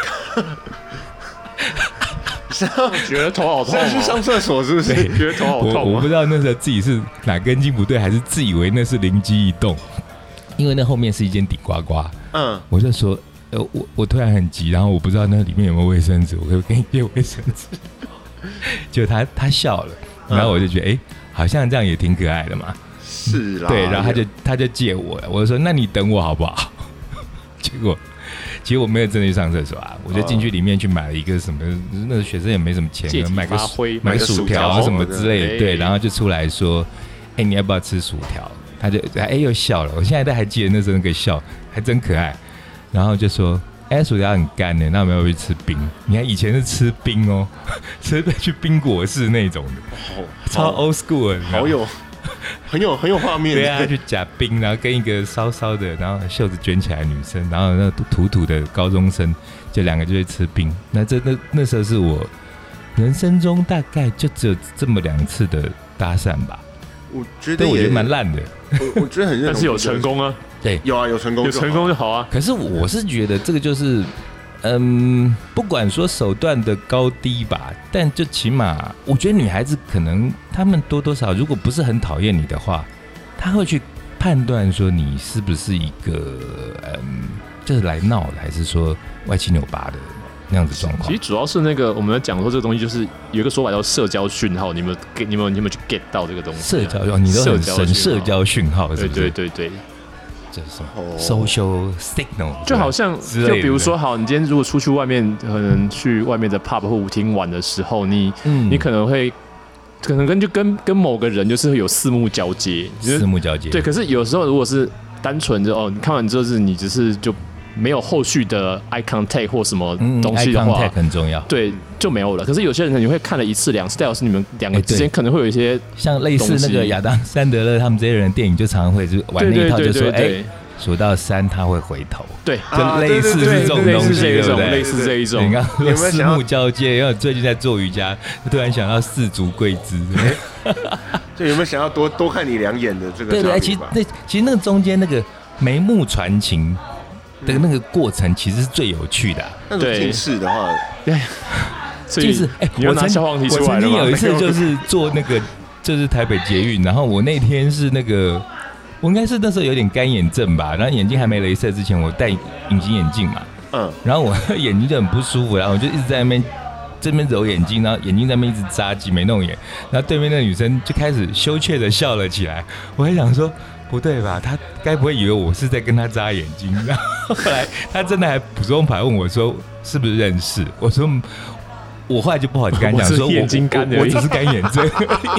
Speaker 2: 觉得头好痛、哦，
Speaker 1: 是去上厕所是不是？
Speaker 2: 觉得头好痛、哦
Speaker 3: 我。我不知道那时候自己是哪根筋不对，还是自以为那是灵机一动，因为那后面是一间顶呱呱。嗯，我就说，呃，我我突然很急，然后我不知道那里面有没有卫生纸，我可以给你借卫生纸。就他他笑了，然后我就觉得，哎、欸，好像这样也挺可爱的嘛。
Speaker 1: 是啦，
Speaker 3: 对，然后他就他就借我了，我就说，那你等我好不好？结果。其实我没有真的去上厕所啊，我就进去里面去买了一个什么，那个学生也没什么钱，买个买个薯条啊什么之类的，对，然后就出来说，哎、欸，你要不要吃薯条？他就哎、欸、又笑了，我现在都还记得那时候那个笑，还真可爱。然后就说，哎、欸，薯条很干的，那我们要不要去吃冰？你看以前是吃冰哦，是去冰果室那种的，超 old school 的，
Speaker 1: 好有。很有很有画面，
Speaker 3: 对啊，去夹冰，然后跟一个骚骚的，然后袖子卷起来的女生，然后那土土的高中生，就两个就会吃冰。那这那那时候是我人生中大概就只有这么两次的搭讪吧。
Speaker 1: 我觉得
Speaker 3: 我觉得蛮烂的，
Speaker 1: 我我觉得很认同，
Speaker 2: 但是有成功啊，
Speaker 3: 对，
Speaker 1: 有啊，有成功，
Speaker 2: 有成功就好啊。
Speaker 3: 可是我是觉得这个就是。嗯，不管说手段的高低吧，但就起码，我觉得女孩子可能她们多多少，如果不是很讨厌你的话，她会去判断说你是不是一个嗯，就是来闹的，还是说歪七扭八的那样子状况。
Speaker 2: 其实主要是那个我们讲说这个东西，就是有一个说法叫社交讯号，你们你们你们去 get 到这个东西、啊？
Speaker 3: 社交，你都很神，社交讯号是不是？
Speaker 2: 对对对对。
Speaker 3: 什么 social signal，
Speaker 2: 就好像就比如说，好，你今天如果出去外面，可能去外面的 pub 或舞厅玩的时候，你、嗯、你可能会可能跟就跟跟某个人就是会有四目交接，
Speaker 3: 四目交接，
Speaker 2: 对。可是有时候如果是单纯的哦，你看完之后是你只是就没有后续的 eye contact 或什么东西的话、嗯、
Speaker 3: eye contact 很重要，
Speaker 2: 对，就没有了。可是有些人你会看了一次两次，代表是你们两个之间可能会有一些、欸、
Speaker 3: 像类似那个亚当·山德勒他们这些人的电影，就常常会就玩那一套，就说哎。数到三他会回头，
Speaker 2: 对，
Speaker 3: 就类似是这种东西，对不对？
Speaker 2: 类似这一种。
Speaker 3: 你刚刚说四目交接，因为最近在做瑜伽，突然想到四足跪姿，
Speaker 1: 就有没有想要多多看你两眼的这个？
Speaker 3: 对对，其实那其实那个中间那个眉目传情的那个过程，其实是最有趣的、啊。
Speaker 1: 那种近视的话，
Speaker 2: 对，
Speaker 3: 就是哎、欸，我曾我曾经有一次就是坐那个就是台北捷运，然后我那天是那个。我应该是那时候有点干眼症吧，然后眼睛还没雷射之前，我戴隐形眼镜嘛，嗯，然后我眼睛就很不舒服，然后我就一直在那边这边揉眼睛，然后眼睛在那边一直眨挤没弄眼，然后对面那个女生就开始羞怯的笑了起来，我还想说不对吧，她该不会以为我是在跟她眨眼睛？然后后来她真的还补充牌问我说是不是认识？我说我后来就不好意思跟她讲说我
Speaker 2: 眼睛干的，
Speaker 3: 我只是干眼症而已。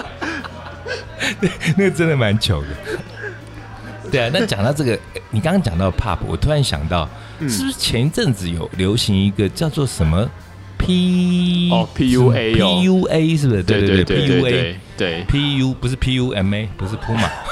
Speaker 3: 那个真的蛮糗的，对啊。那讲到这个，你刚刚讲到 pub， 我突然想到，嗯、是不是前一阵子有流行一个叫做什么 P
Speaker 2: 哦 P U A 哦
Speaker 3: P U A 是不是？对对对
Speaker 2: P U A 对
Speaker 3: P U 不是 P U M A 不是 Puma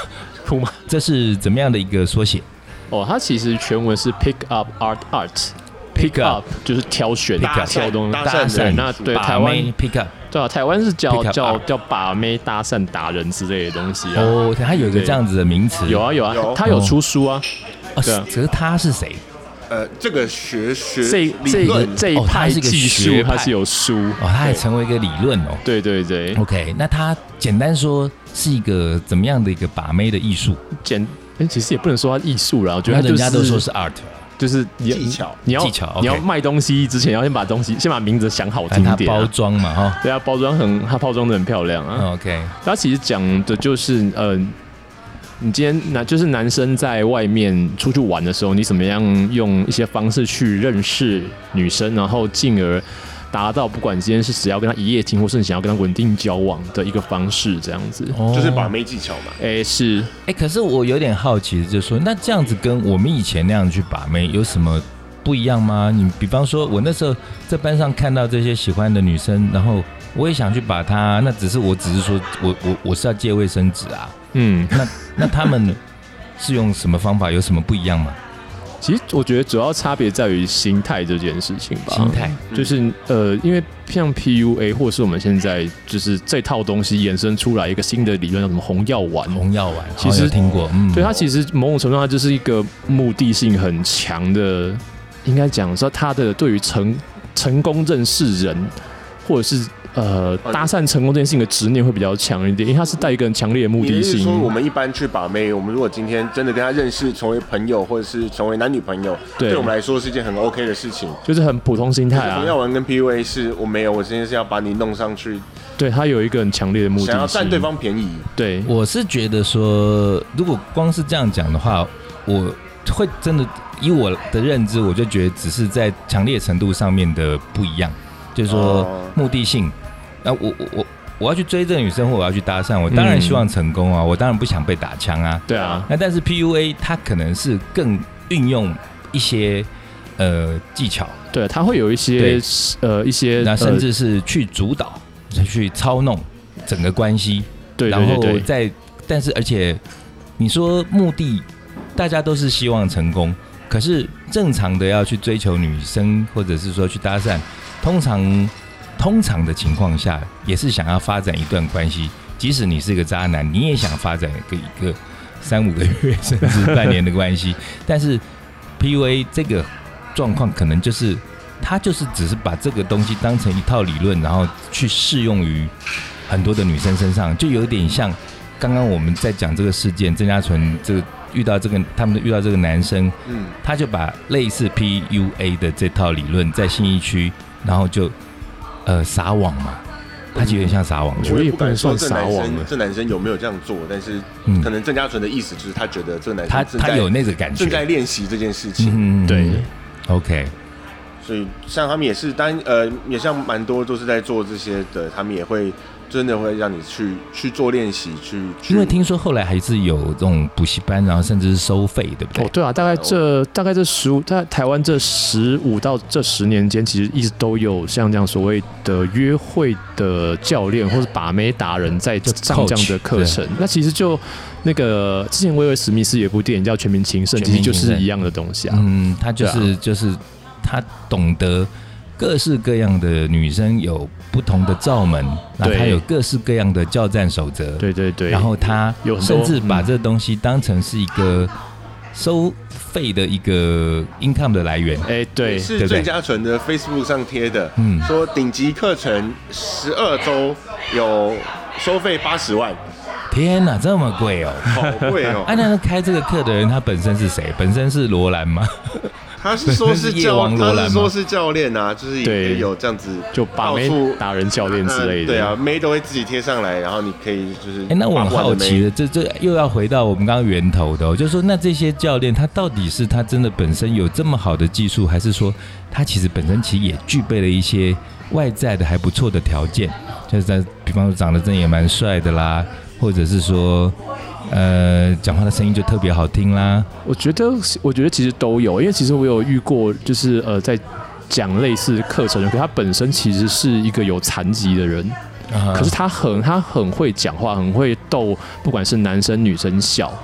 Speaker 2: 哭吗？
Speaker 3: 这是怎么样的一个缩写？
Speaker 2: 哦，它其实全文是 pick up art art。Pick up 就是挑选、挑东西、
Speaker 1: 搭
Speaker 2: 讪。那对台湾
Speaker 3: pick up，
Speaker 2: 对啊，台湾是叫叫叫把妹、搭讪达人之类的东西啊。
Speaker 3: 哦，它有一个这样子的名词。
Speaker 2: 有啊有啊，他有出书啊。
Speaker 3: 对啊，可是他是谁？
Speaker 1: 呃，这个学学
Speaker 2: 这这个这一派技术，它是有书
Speaker 3: 哦，它还成为一个理论哦。
Speaker 2: 对对对
Speaker 3: ，OK， 那它简单说是一个怎么样的一个把妹的艺术？
Speaker 2: 简，其实也不能说它艺术啦，我觉得
Speaker 3: 人家都说是 art。
Speaker 2: 就是你
Speaker 1: 技巧，
Speaker 2: 你要
Speaker 3: 技巧，
Speaker 2: 你要卖东西之前，要先把东西先把名字想好听一点、啊。
Speaker 3: 它包装嘛，哈，
Speaker 2: 对啊，包装很，它包装的很漂亮啊。
Speaker 3: OK，
Speaker 2: 它其实讲的就是呃，你今天男就是男生在外面出去玩的时候，你怎么样用一些方式去认识女生，然后进而达到不管今天是只要跟她一夜情，或是你想要跟她稳定交往的一个方式，这样子，
Speaker 3: 哦、
Speaker 1: 就是把妹技巧嘛。
Speaker 2: 哎、欸，是，
Speaker 3: 哎、欸，可是我有点好奇，就是说，那这样子跟我们以前那样去把妹有什么不一样吗？你比方说，我那时候在班上看到这些喜欢的女生，然后我也想去把她，那只是我只是说我我我是要借卫生纸啊，嗯，那那他们是用什么方法？有什么不一样吗？
Speaker 2: 其实我觉得主要差别在于心态这件事情吧。
Speaker 3: 心态
Speaker 2: 就是呃，因为像 P U A 或是我们现在就是这套东西衍生出来一个新的理论，叫什么红药丸。
Speaker 3: 红药丸，
Speaker 2: 其实
Speaker 3: 听过，嗯，
Speaker 2: 对它其实某种程度上它就是一个目的性很强的，应该讲说它的对于成成功认识人或者是。呃，搭讪成功这件事情的执念会比较强一点，因为它是带一个很强烈的目的性。
Speaker 1: 你是说，我们一般去把妹，我们如果今天真的跟他认识，成为朋友，或者是成为男女朋友，对, 对我们来说是一件很 OK 的事情，
Speaker 2: 就是很普通心态啊。
Speaker 1: 红药丸跟 P U A 是我没有，我今天是要把你弄上去，
Speaker 2: 对他有一个很强烈的目的性，
Speaker 1: 想要占对方便宜。
Speaker 2: 对，
Speaker 3: 我是觉得说，如果光是这样讲的话，我会真的以我的认知，我就觉得只是在强烈程度上面的不一样，就是说目的性。那、啊、我我我我要去追这个女生，或我要去搭讪，我当然希望成功啊，嗯、我当然不想被打枪啊。
Speaker 2: 对啊。
Speaker 3: 那但是 P U A 它可能是更运用一些呃技巧，
Speaker 2: 对，它会有一些呃一些，
Speaker 3: 那甚至是去主导、呃、去操弄整个关系。
Speaker 2: 对对对对。
Speaker 3: 然后再，但是而且你说目的，大家都是希望成功，可是正常的要去追求女生，或者是说去搭讪，通常。通常的情况下，也是想要发展一段关系。即使你是个渣男，你也想发展一个一个三五个月甚至半年的关系。但是 P U A 这个状况，可能就是他就是只是把这个东西当成一套理论，然后去适用于很多的女生身上，就有点像刚刚我们在讲这个事件，郑家纯这个遇到这个他们遇到这个男生，嗯，他就把类似 P U A 的这套理论在信义区，然后就。呃，撒网嘛，他就有点像撒网。
Speaker 1: 我也不能说这男生，这男生有没有这样做，但是可能郑家纯的意思就是他觉得这个男生
Speaker 3: 他他有那个感觉，
Speaker 1: 正在练习这件事情。
Speaker 2: 嗯，对
Speaker 3: ，OK。
Speaker 1: 所以像他们也是，当呃，也像蛮多都是在做这些的，他们也会真的会让你去去做练习，去。
Speaker 3: 因为听说后来还是有这种补习班，然后甚至是收费，对不对？
Speaker 2: 哦，对啊，大概这大概这十五，在台湾这十五到这十年间，其实一直都有像这样所谓的约会的教练或者把妹达人在上这样的课程。那其实就那个之前威尔史密斯有一部电影叫《全民情圣》，其实就是一样的东西啊。
Speaker 3: 嗯，他就是、啊、就是他懂得。各式各样的女生有不同的罩门，那她有各式各样的教战守则，
Speaker 2: 对对对，
Speaker 3: 然后她甚至把这东西当成是一个收费的一个 income 的来源。
Speaker 2: 哎，对，
Speaker 1: 是郑家纯的 Facebook 上贴的，嗯，说顶级课程十二周有收费八十万。
Speaker 3: 天哪，这么贵哦！
Speaker 1: 好贵哦！
Speaker 3: 啊，那开这个课的人他本身是谁？本身是罗兰吗？
Speaker 1: 他是说是教，他是说是教练啊，就是也有这样子，
Speaker 2: 就把妹达人教练之类的。
Speaker 1: 对啊，妹都会自己贴上来，然后你可以就是。
Speaker 3: 哎、欸，那我很好奇的，这这又要回到我们刚刚源头的、哦，就是说，那这些教练他到底是他真的本身有这么好的技术，还是说他其实本身其实也具备了一些外在的还不错的条件，就是在比方说长得真的也蛮帅的啦，或者是说。呃，讲话的声音就特别好听啦。
Speaker 2: 我觉得，我觉得其实都有，因为其实我有遇过，就是呃，在讲类似课程的，可他本身其实是一个有残疾的人， uh-huh. 可是他很他很会讲话，很会逗，不管是男生女生笑，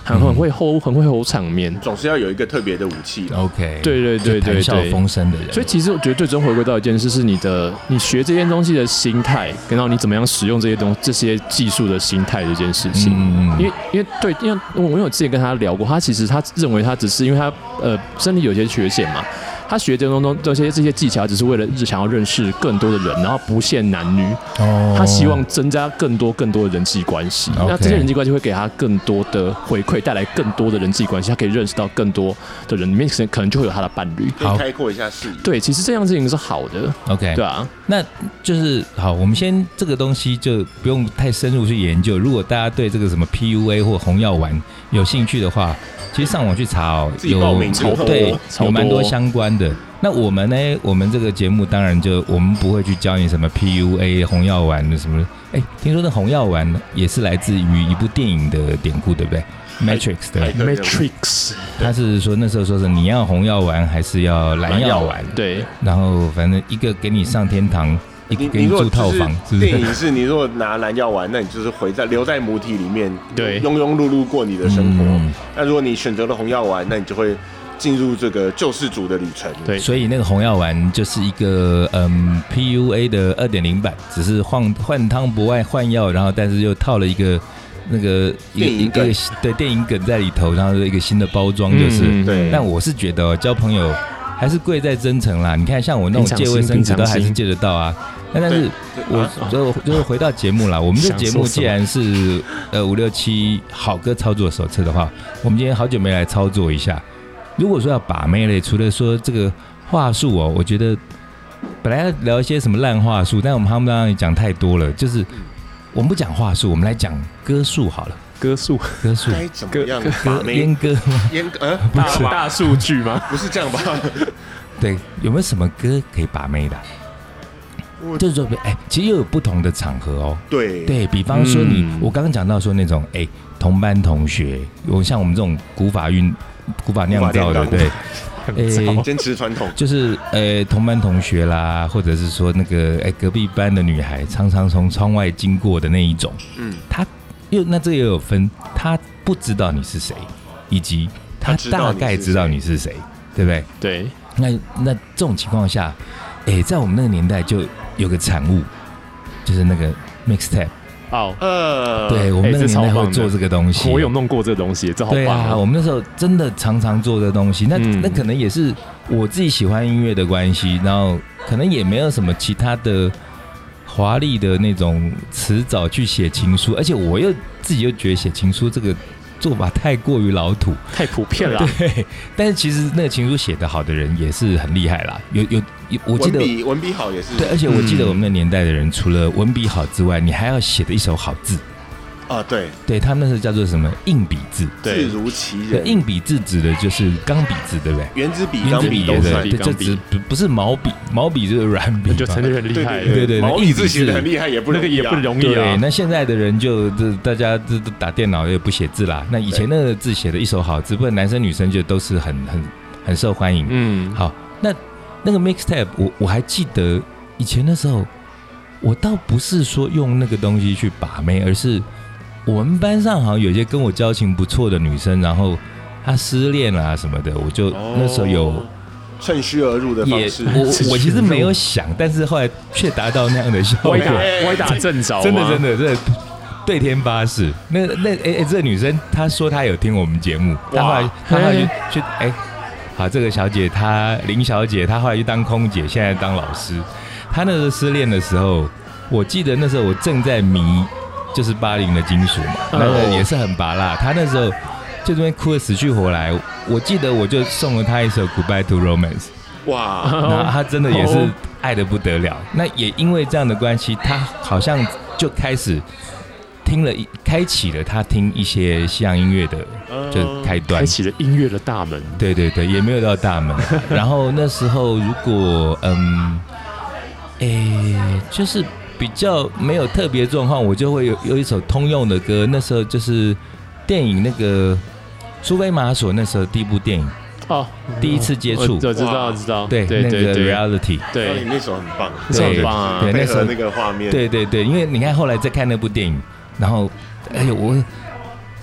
Speaker 2: 很很会 hold 很会 hold 场面，
Speaker 1: 总是要有一个特别的武器。
Speaker 3: OK，
Speaker 2: 对对对对对，
Speaker 3: 谈笑风生的人。
Speaker 2: 所以其实我觉得最终回归到一件事，是你的你学这件东西的心态，然后你怎么样使用这些东这些技术的心态这件事情。嗯嗯。因为因为对，因为我有之前跟他聊过，他其实他认为他只是因为他呃身体有些缺陷嘛。他学这种东这些这些技巧，只是为了想要认识更多的人，然后不限男女。哦，他希望增加更多更多的人际关系。Okay. 那这些人际关系会给他更多的回馈，带来更多的人际关系，他可以认识到更多的人，里面可能就会有他的伴侣，
Speaker 1: 可以开阔一下视野。
Speaker 2: 对，其实这样事情是好的。
Speaker 3: OK，
Speaker 2: 对啊，
Speaker 3: 那就是好。我们先这个东西就不用太深入去研究。如果大家对这个什么 P U A 或红药丸有兴趣的话，其实上网去查哦，有对有蛮多相关的。那我们呢？我们这个节目当然就我们不会去教你什么 P U A 红药丸的什么。哎，听说那红药丸也是来自于一部电影的典故，对不对 ？Matrix 的
Speaker 2: Matrix，
Speaker 3: 他是说那时候说是你要红药丸还是要蓝药丸？
Speaker 2: 对。
Speaker 3: 然后反正一个给你上天堂，一个给你住套房。
Speaker 1: 是是电影是你如果拿蓝药丸，那你就是回在留在母体里面，
Speaker 2: 对，
Speaker 1: 庸庸碌碌过你的生活。嗯、那如果你选择了红药丸，那你就会进入这个救世主的旅程。
Speaker 3: 对，所以那个红药丸就是一个嗯 P U A 的 二点零 版，只是换换汤不换换药，然后但是又套了一个那个
Speaker 1: 电影梗，
Speaker 3: 对电影梗在里头，然后一个新的包装就是。
Speaker 1: 嗯、对。
Speaker 3: 但我是觉得、哦、交朋友还是贵在真诚啦。你看像我那种借卫生纸都还是借得到啊。那但是我就就是回到节目啦，我们这节目既然是呃五六七好歌操作手册的话，我们今天好久没来操作一下。如果说要把妹类，除了说这个话术哦，我觉得本来要聊一些什么烂话术，但我们他们刚刚讲太多了，就是我们不讲话术，我们来讲歌术好了。
Speaker 2: 歌术，
Speaker 3: 歌术，
Speaker 1: 该怎么样把妹？
Speaker 3: 阉割吗？
Speaker 1: 阉呃，
Speaker 2: 大大数据吗？
Speaker 1: 不是这样吧？
Speaker 3: 对，有没有什么歌可以把妹的？就是说，哎、欸，其实又有不同的场合哦。
Speaker 1: 对，
Speaker 3: 对比方说你，嗯、我刚刚讲到说那种，哎、欸，同班同学，有像我们这种古法运。古法酿造的，对，
Speaker 1: 诶，坚持传统，
Speaker 3: 就是呃同班同学啦，或者是说那个哎隔壁班的女孩，常常从窗外经过的那一种，嗯，他又那这也有分，他不知道你是谁，以及他大概知道你是谁，对不对？
Speaker 2: 对，
Speaker 3: 那那这种情况下，哎，在我们那个年代就有个产物，就是那个 mixtape。
Speaker 2: 哦，
Speaker 3: 呃，对我们那个年代会做这个东西，
Speaker 2: 我有弄过这个东西，这好棒。
Speaker 3: 对啊，我们那时候真的常常做这个东西，那、嗯、那可能也是我自己喜欢音乐的关系，然后可能也没有什么其他的华丽的那种词藻去写情书，而且我又自己又觉得写情书这个做法太过于老土，
Speaker 2: 太普遍了。
Speaker 3: 对，但是其实那个情书写得好的人也是很厉害啦，有有。我记得
Speaker 1: 文笔文笔好也是
Speaker 3: 对，而且我记得我们那年代的人，除了文笔好之外，你还要写的一手好字
Speaker 1: 啊。对，
Speaker 3: 对他们那时候叫做什么硬笔字，
Speaker 1: 字如其人。
Speaker 3: 硬笔字指的就是钢笔字，对不对？
Speaker 1: 原子笔、钢笔都算，
Speaker 3: 对，就只不是毛笔，毛笔就是软笔，
Speaker 2: 就真的很厉害。
Speaker 3: 对对对，
Speaker 1: 毛笔字写的很厉害，也不
Speaker 2: 那个也不容易啊。
Speaker 3: 对，那现在的人就大家都打电脑也不写字啦。那以前那个字写的一手好字，不管男生女生就都是很很很受欢迎。嗯，好，那。那个 mixtape 我我还记得以前的时候，我倒不是说用那个东西去把妹，而是我们班上好像有些跟我交情不错的女生，然后她失恋啊什么的，我就、哦、那时候有
Speaker 1: 趁虚而入的方式。
Speaker 3: 我我其实没有想，但是后来却达到那样的效果，
Speaker 2: 歪打歪打正着，
Speaker 3: 真的真的真的对天发誓。那那哎哎，这个女生她说她有听我们节目，她后来她后来就去哎。欸好，这个小姐她林小姐，她后来去当空姐，现在当老师。她那时候失恋的时候，我记得那时候我正在迷，就是八零的金属嘛，那个也是很拔辣。她那时候就这边哭得死去活来。我记得我就送了她一首《Goodbye to Romance》。
Speaker 1: 哇，
Speaker 3: 然后她真的也是爱得不得了。那也因为这样的关系，她好像就开始听了，开启了她听一些西洋音乐的。就开端，
Speaker 2: 开启了音乐的大门。
Speaker 3: 对对对，也没有到大门。然后那时候如果嗯，诶，就是比较没有特别状况，我就会有有一首通用的歌。那时候就是电影那个苏菲玛索那时候第一部电影哦，第一次接触，
Speaker 2: 我知道知道，
Speaker 3: 对对对，那个 Reality，
Speaker 2: 对，
Speaker 1: 那首很棒，
Speaker 2: 对很棒啊，
Speaker 3: 对那时候
Speaker 1: 那个画面，
Speaker 3: 对对对，因为你看后来再看那部电影，然后哎呦我。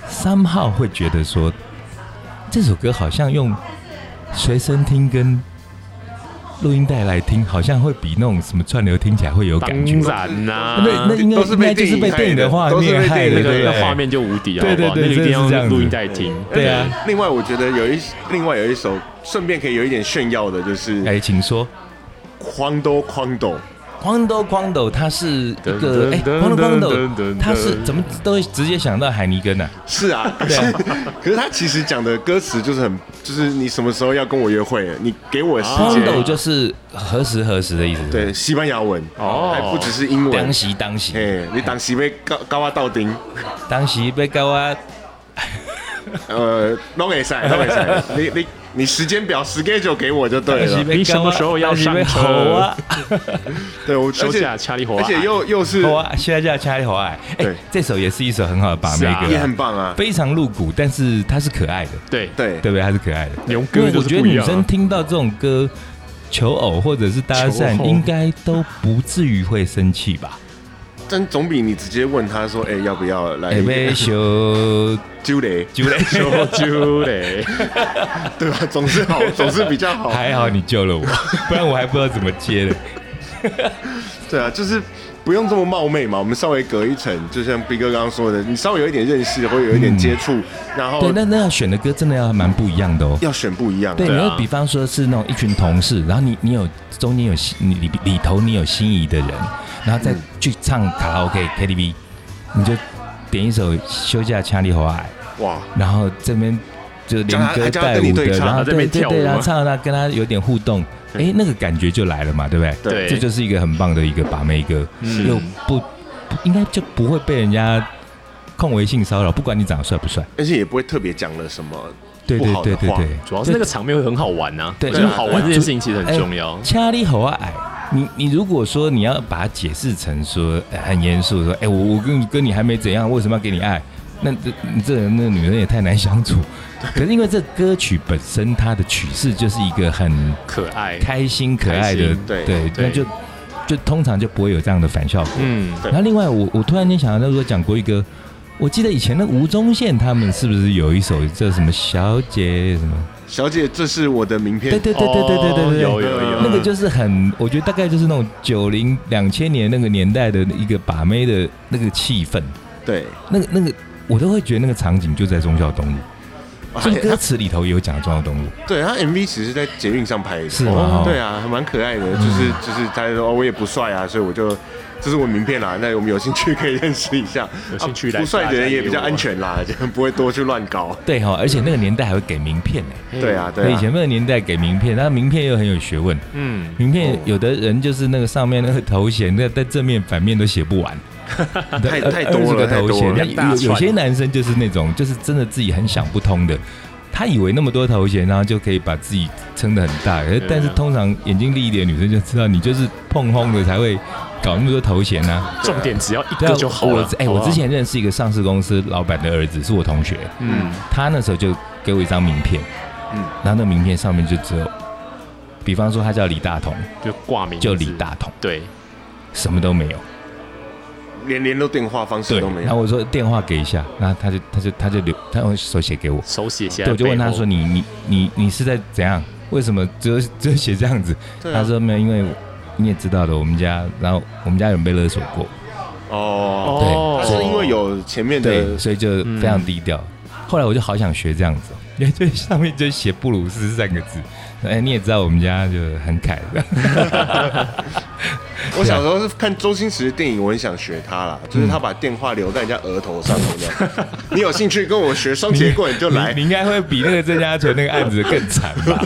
Speaker 3: somehow 会觉得说，这首歌好像用随身听跟录音带来听，好像会比那种什么串流听起来会有感觉。
Speaker 2: 当然啦、啊，
Speaker 3: 那那应该应该就是被电影的画面害的，
Speaker 2: 那
Speaker 3: 对
Speaker 2: 个画面就无敌啊！
Speaker 3: 对对对，
Speaker 2: 那一定要录音带听。
Speaker 3: 对啊。
Speaker 1: 另外，我觉得有一另外有一首顺便可以有一点炫耀的，就是
Speaker 3: 哎，请说。
Speaker 1: 框兜框兜。
Speaker 3: 框兜框兜，它是一个哎，框兜框兜，它是怎么都会直接想到海尼根啊？
Speaker 1: 是啊，可是可是他其实讲的歌词就是很，就是你什么时候要跟我约会，你给我时间。
Speaker 3: 框兜就是何时何时的意思。
Speaker 1: 对，西班牙文哦，还不只是英文。
Speaker 3: 当时当时，
Speaker 1: 哎，你当时被高高啊倒钉，
Speaker 3: 当时被高啊，
Speaker 1: 呃，拢会使，拢会使，你你。你时间表 schedule 给我就对了。
Speaker 2: 你什么时候要上车
Speaker 3: 啊？
Speaker 1: 对，我
Speaker 2: 休假掐里火，
Speaker 1: 而且又又是
Speaker 3: 休假掐里火爱。对，这首也是一首很好的把妹歌，
Speaker 1: 也很棒啊，
Speaker 3: 非常露骨，但是它是可爱的。
Speaker 2: 对
Speaker 1: 对
Speaker 3: 对不对？它是可爱的。
Speaker 2: 因为
Speaker 3: 我觉得女生听到这种歌，求偶或者是搭讪，应该都不至于会生气吧？
Speaker 1: 但总比你直接问他说：“哎、欸，要不要来？”
Speaker 3: 要不要修
Speaker 1: 揪雷
Speaker 3: 揪雷
Speaker 2: 修揪雷，
Speaker 1: 对吧？总是好，总是比较好。
Speaker 3: 还好你救了我，不然我还不知道怎么接了。
Speaker 1: 对啊，就是不用这么冒昧嘛，我们稍微隔一层，就像 B 哥刚刚说的，你稍微有一点认识，或有一点接触，嗯、然后
Speaker 3: 对，那那要选的歌真的要蛮不一样的哦，
Speaker 1: 要选不一样的。
Speaker 3: 对，
Speaker 1: 对啊、
Speaker 3: 你要比方说是那种一群同事，然后你你有中间有你里里头你有心仪的人。然后再去唱卡拉 OK K T V， 你就点一首《休假掐里火爱》哇，然后这边就连歌带舞的，然后对对对，然后唱到他跟他有点互动，哎，那个感觉就来了嘛，对不对？
Speaker 2: 对，
Speaker 3: 这就是一个很棒的一个把妹歌，又不应该就不会被人家控为性骚扰，不管你长得帅不帅，
Speaker 1: 而且也不会特别讲了什么。
Speaker 3: 对对对对对，
Speaker 2: 主要是那个场面会很好玩呐、啊，对，就是好玩这件事情其实很重要。
Speaker 3: 掐里火爱。你你如果说你要把它解释成说、呃、很严肃说，哎、欸、我我跟跟你还没怎样，为什么要给你爱？那这你这人那个女人也太难相处。可是因为这歌曲本身它的曲式就是一个很
Speaker 2: 可爱、
Speaker 3: 开心、可爱的，
Speaker 1: 对
Speaker 3: 对，那就就通常就不会有这样的反效果。嗯，
Speaker 1: 对。
Speaker 3: 然后另外我我突然间想到，如果讲国语歌，我记得以前的吴宗宪他们是不是有一首叫什么小姐什么？
Speaker 1: 小姐，这是我的名片。
Speaker 3: 对对对对对对对对，
Speaker 2: 有有有，
Speaker 3: 那个就是很，我觉得大概就是那种九零两千年那个年代的一个把妹的那个气氛。
Speaker 1: 对，
Speaker 3: 那个那个我都会觉得那个场景就在忠孝东路。这歌词里头也有讲忠孝东路。
Speaker 1: 对，他 M V 其实在捷运上拍的。
Speaker 3: 是吗？
Speaker 1: 对啊，还蛮可爱的。就是就是他说、哦、我也不帅啊，所以我就这是我名片啦。那我们有兴趣可以认识一下。
Speaker 2: 有兴趣来、
Speaker 1: 啊、不帅的人也比较安全啦，就不会多去乱搞。
Speaker 3: 对哈、哦，而且那个年代还会给名片呢。
Speaker 1: 对啊，对啊。
Speaker 3: 以前那个年代给名片，那名片又很有学问。嗯，名片有的人就是那个上面那个头衔，那在正面反面都写不完。
Speaker 1: 太太多了，
Speaker 3: 头衔。
Speaker 1: 有
Speaker 3: 有些男生就是那种，就是真的自己很想不通的。他以为那么多头衔，然后就可以把自己撑得很大，但是通常眼睛利一点的女生就知道，你就是碰轰的才会搞那么多头衔啊。
Speaker 2: 重点只要一个就好了。
Speaker 3: 哎、欸，我之前认识一个上市公司老板的儿子，是我同学。嗯，他那时候就给我一张名片，嗯，然后那名片上面就只有，比方说他叫李大同，
Speaker 2: 就挂名
Speaker 3: 就李大同，
Speaker 2: 对，
Speaker 3: 什么都没有。
Speaker 1: 连联络电话方式都没有。
Speaker 3: 然后我说电话给一下，然后他就他就他就留，他用手写给我，
Speaker 2: 手写下来。
Speaker 3: 对，我就问他说：“你你你你是在怎样？为什么只有只有写这样子？”啊、他说：“没有，因为你也知道的，我们家，然后我们家有人被勒索过。”
Speaker 1: 哦，对，是因为有前面的，
Speaker 3: 对，所以就非常低调。嗯、后来我就好想学这样子，因为对上面就写布鲁斯三个字。哎，你也知道我们家就很凯的。
Speaker 1: 我小时候是看周星驰的电影，我很想学他啦，就是他把电话留在人家额头上面。你有兴趣跟我学双截棍，你就来。
Speaker 3: 你应该会比那个郑家纯那个案子更惨吧？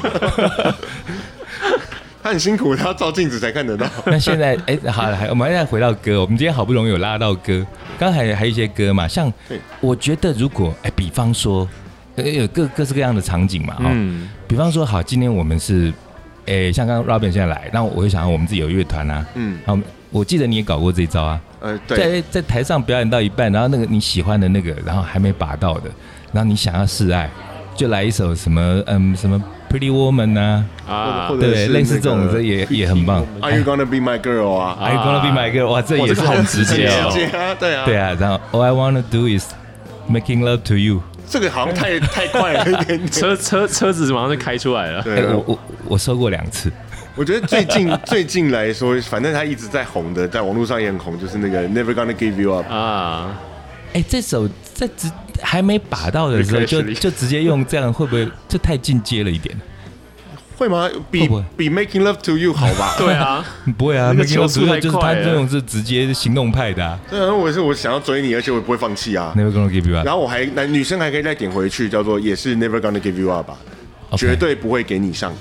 Speaker 1: 他很辛苦，他要照镜子才看得到。
Speaker 3: 那现在，哎、欸，好，我们现在回到歌，我们今天好不容易有拉到歌，刚才还有一些歌嘛，像我觉得如果，哎、欸，比方说，有各各式各样的场景嘛，嗯，比方说，好，今天我们是。哎、欸，像刚刚 Robin 现在来，那我会想到我们自己有乐团啊，嗯，好，我记得你也搞过这一招啊，呃，对，在在台上表演到一半，然后那个你喜欢的那个，然后还没把到的，然后你想要示爱，就来一首什么，嗯，什么 Pretty Woman 啊，啊，对，类似这种，这也也很棒。
Speaker 1: Are you gonna be my girl 啊
Speaker 3: ？Are you gonna be my girl？ 哇，这也是很直接哦，
Speaker 1: 直接啊，对啊，
Speaker 3: 对啊，然后 All I wanna do is Making Love to You。
Speaker 1: 这个好像太太快了一点点，
Speaker 2: 车车车子马上就开出来了。
Speaker 1: 对、
Speaker 3: 欸，我我我收过两次。
Speaker 1: 我觉得最近最近来说，反正他一直在红的，在网络上也很红，就是那个 Never Gonna Give You Up
Speaker 2: 啊。
Speaker 3: 哎、欸，这首在直还没把到的时候就就直接用这样，会不会这太进阶了一点？
Speaker 1: 会吗？比
Speaker 3: 会
Speaker 1: 比 Making Love to You 好吧？
Speaker 2: 对啊，
Speaker 3: 不会啊 ，Making Love to You 就是他这种是直接行动派的啊。
Speaker 1: 对啊，我是我想要追你，而且我不会放弃啊。
Speaker 3: Never Gonna Give You Up。
Speaker 1: 然后我还男女生还可以再点回去，叫做也是 Never Gonna Give You Up 吧，
Speaker 3: okay.
Speaker 1: 绝对不会给你上。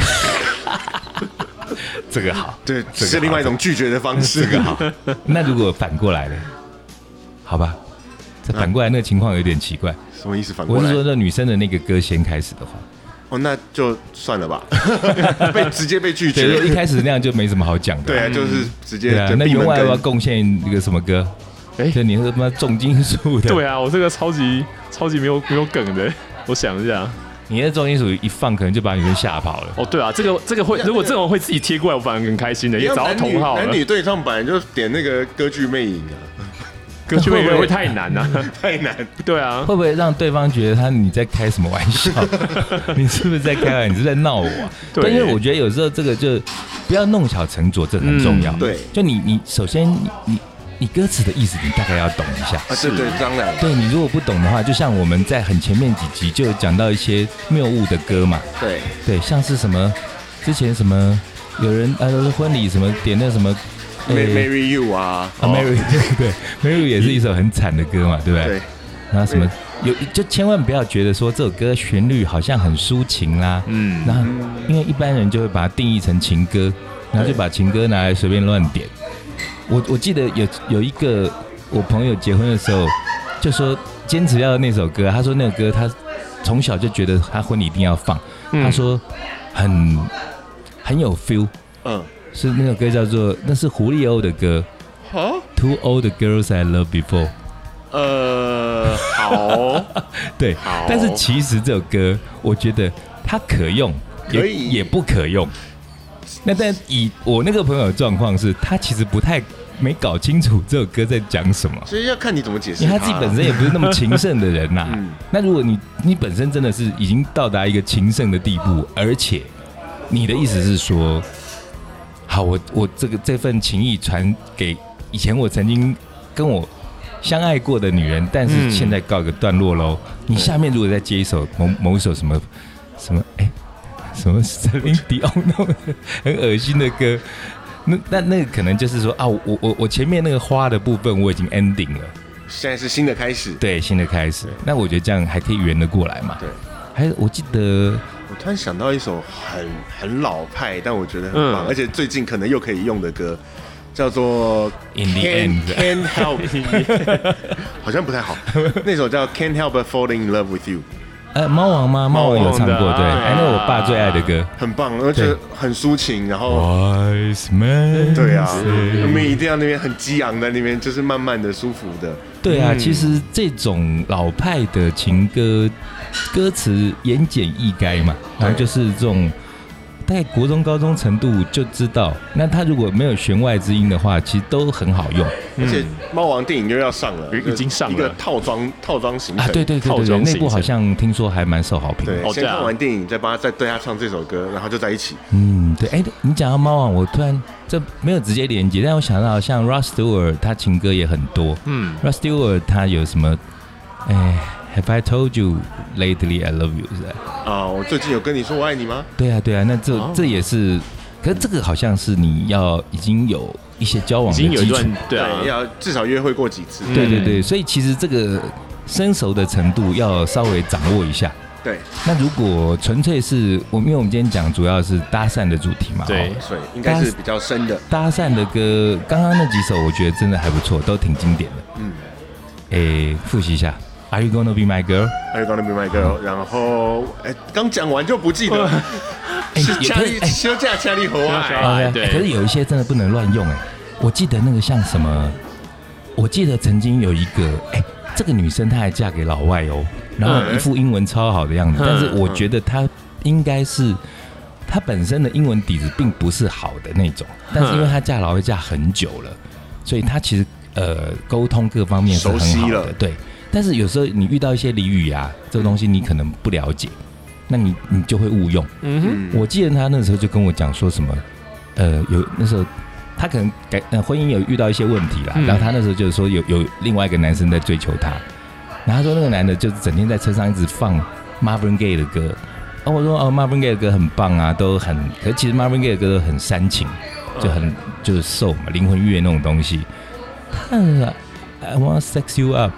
Speaker 3: 这个好，
Speaker 1: 对，这是另外一种拒绝的方式。
Speaker 3: 这个好。那如果反过来呢？好吧，这反过来那个情况有点奇怪。
Speaker 1: 什么意思？反过来？
Speaker 3: 我是说，那女生的那个歌先开始的话。
Speaker 1: 哦，那就算了吧，被直接被拒绝。
Speaker 3: 对，一开始那样就没什么好讲的。
Speaker 1: 对啊，就是直接。对
Speaker 3: 啊，那员外要不要贡献一个什么歌？哎、欸，就你是他妈重金属的。
Speaker 2: 对啊，我这个超级超级没有没有梗的。我想一下，
Speaker 3: 你的重金属一放，可能就把女生吓跑了。
Speaker 2: 哦，对啊，这个这个会，如果这种会自己贴过来，我反而很开心的，也找到同好了。
Speaker 1: 男女对唱本来就点那个歌剧魅影啊。
Speaker 2: 歌剧魅影会太难啊，
Speaker 1: 太难。
Speaker 2: 对啊，
Speaker 3: 会不会让对方觉得他你在开什么玩笑？你是不是在开玩笑？你是在闹我、啊？对，因为我觉得有时候这个就不要弄巧成拙，这很重要。
Speaker 1: 嗯、对，
Speaker 3: 就你你首先你你你歌词的意思你大概要懂一下。
Speaker 1: 啊，对对，当然。
Speaker 3: 对你如果不懂的话，就像我们在很前面几集就有讲到一些谬误的歌嘛。
Speaker 1: 对
Speaker 3: 对，像是什么之前什么有人呃婚礼什么点那什么。
Speaker 1: Marry You 啊
Speaker 3: ，Marry 对 ，Marry You 也是一首很惨的歌嘛，对不对？
Speaker 1: 对。
Speaker 3: 然后什么有就千万不要觉得说这首歌旋律好像很抒情啦，嗯，然后因为一般人就会把它定义成情歌，然后就把情歌拿来随便乱点。我我记得有有一个我朋友结婚的时候就说坚持要那首歌，他说那个歌他从小就觉得他婚礼一定要放，嗯、他说很很有 feel， 嗯。是那首歌叫做，那是胡利欧的歌。Huh? To all the girls I loved before。
Speaker 1: 呃，好，
Speaker 3: 对，好。但是其实这首歌，我觉得它可用，也也不可用。那但以我那个朋友的状况是，他其实不太没搞清楚这首歌在讲什么。
Speaker 1: 所以要看你怎么解释。
Speaker 3: 因为他自己本身也不是那么情圣的人呐、啊嗯。那如果你你本身真的是已经到达一个情圣的地步，而且你的意思是说。好，我我这个这份情谊传给以前我曾经跟我相爱过的女人，但是现在告一个段落喽。嗯、你下面如果再接一首某某一首什么什么哎、欸、什么 Celine Dion 那种很恶心的歌，那那那个可能就是说啊，我我我前面那个花的部分我已经 ending 了，
Speaker 1: 现在是新的开始，
Speaker 3: 对，新的开始。那我觉得这样还可以圆得过来嘛。对，还我记得。
Speaker 1: 我突然想到一首很很老派，但我觉得很棒，嗯、而且最近可能又可以用的歌，叫做
Speaker 3: In the End
Speaker 1: Can't Help， 好像不太好。那首叫 Can't Help But Falling in Love with You。
Speaker 3: 呃，猫王吗？猫王有唱过，对，哎，那我爸最爱的歌，
Speaker 1: 很棒，而且很抒情，然后
Speaker 3: Wise Man，
Speaker 1: 对啊，我们一定要那边很激昂的那边，就是慢慢的、舒服的。
Speaker 3: 对啊，嗯、其实这种老派的情歌，歌词言简意赅嘛，然后就是这种。大概国中、高中程度就知道，那他如果没有弦外之音的话，其实都很好用。
Speaker 1: 而且猫王电影又要上了，
Speaker 2: 已经上了
Speaker 1: 一个套装套装行程
Speaker 3: 啊，对对对对对，那部好像听说还蛮受好评的。
Speaker 1: 对，先看完电影，再帮他再对他唱这首歌，然后就在一起。
Speaker 3: 嗯，对，哎，你讲到猫王，我突然这没有直接连接，但我想到像 Rod Stewart， 他情歌也很多。嗯 ，Rod Stewart 他有什么？哎。Have I told you lately I love you？ 是吧？
Speaker 1: 啊，我最近有跟你说我爱你吗？
Speaker 3: 对啊，对啊，那这、哦、这也是，可是这个好像是你要已经有一些交往的基础，已经有一段，
Speaker 1: 对啊，要至少约会过几次。
Speaker 3: 对对对，所以其实这个生熟的程度要稍微掌握一下。
Speaker 1: 对，
Speaker 3: 那如果纯粹是我，因为我们今天讲主要是搭讪的主题嘛，
Speaker 1: 对，所以应该是比较深的
Speaker 3: 搭讪的歌。刚刚那几首我觉得真的还不错，都挺经典的。嗯，诶，复习一下。Are you gonna be my girl?
Speaker 1: Are you gonna be my girl? 然后，哎，刚讲完就不记得，是掐力休假掐力和爱，
Speaker 3: 对。可是有一些真的不能乱用哎。我记得那个像什么，我记得曾经有一个，哎，这个女生她还嫁给老外哦，然后一副英文超好的样子，但是我觉得她应该是她本身的英文底子并不是好的那种，但是因为她嫁老外嫁很久了，所以她其实呃沟通各方面是很好的，对。 但是有时候你遇到一些俚语啊，这个东西你可能不了解，那你你就会误用。嗯哼，我记得他那时候就跟我讲说什么，呃，有那时候他可能改呃婚姻有遇到一些问题啦，嗯、然后他那时候就是说有有另外一个男生在追求他，然后他说那个男的就是整天在车上一直放 Marvin Gaye 的歌。哦，我说哦 ，Marvin Gaye 的歌很棒啊，都很，可是其实 Marvin Gaye 的歌都很煽情，就很就是 soul 嘛，灵魂乐那种东西。他 I want to sex you up，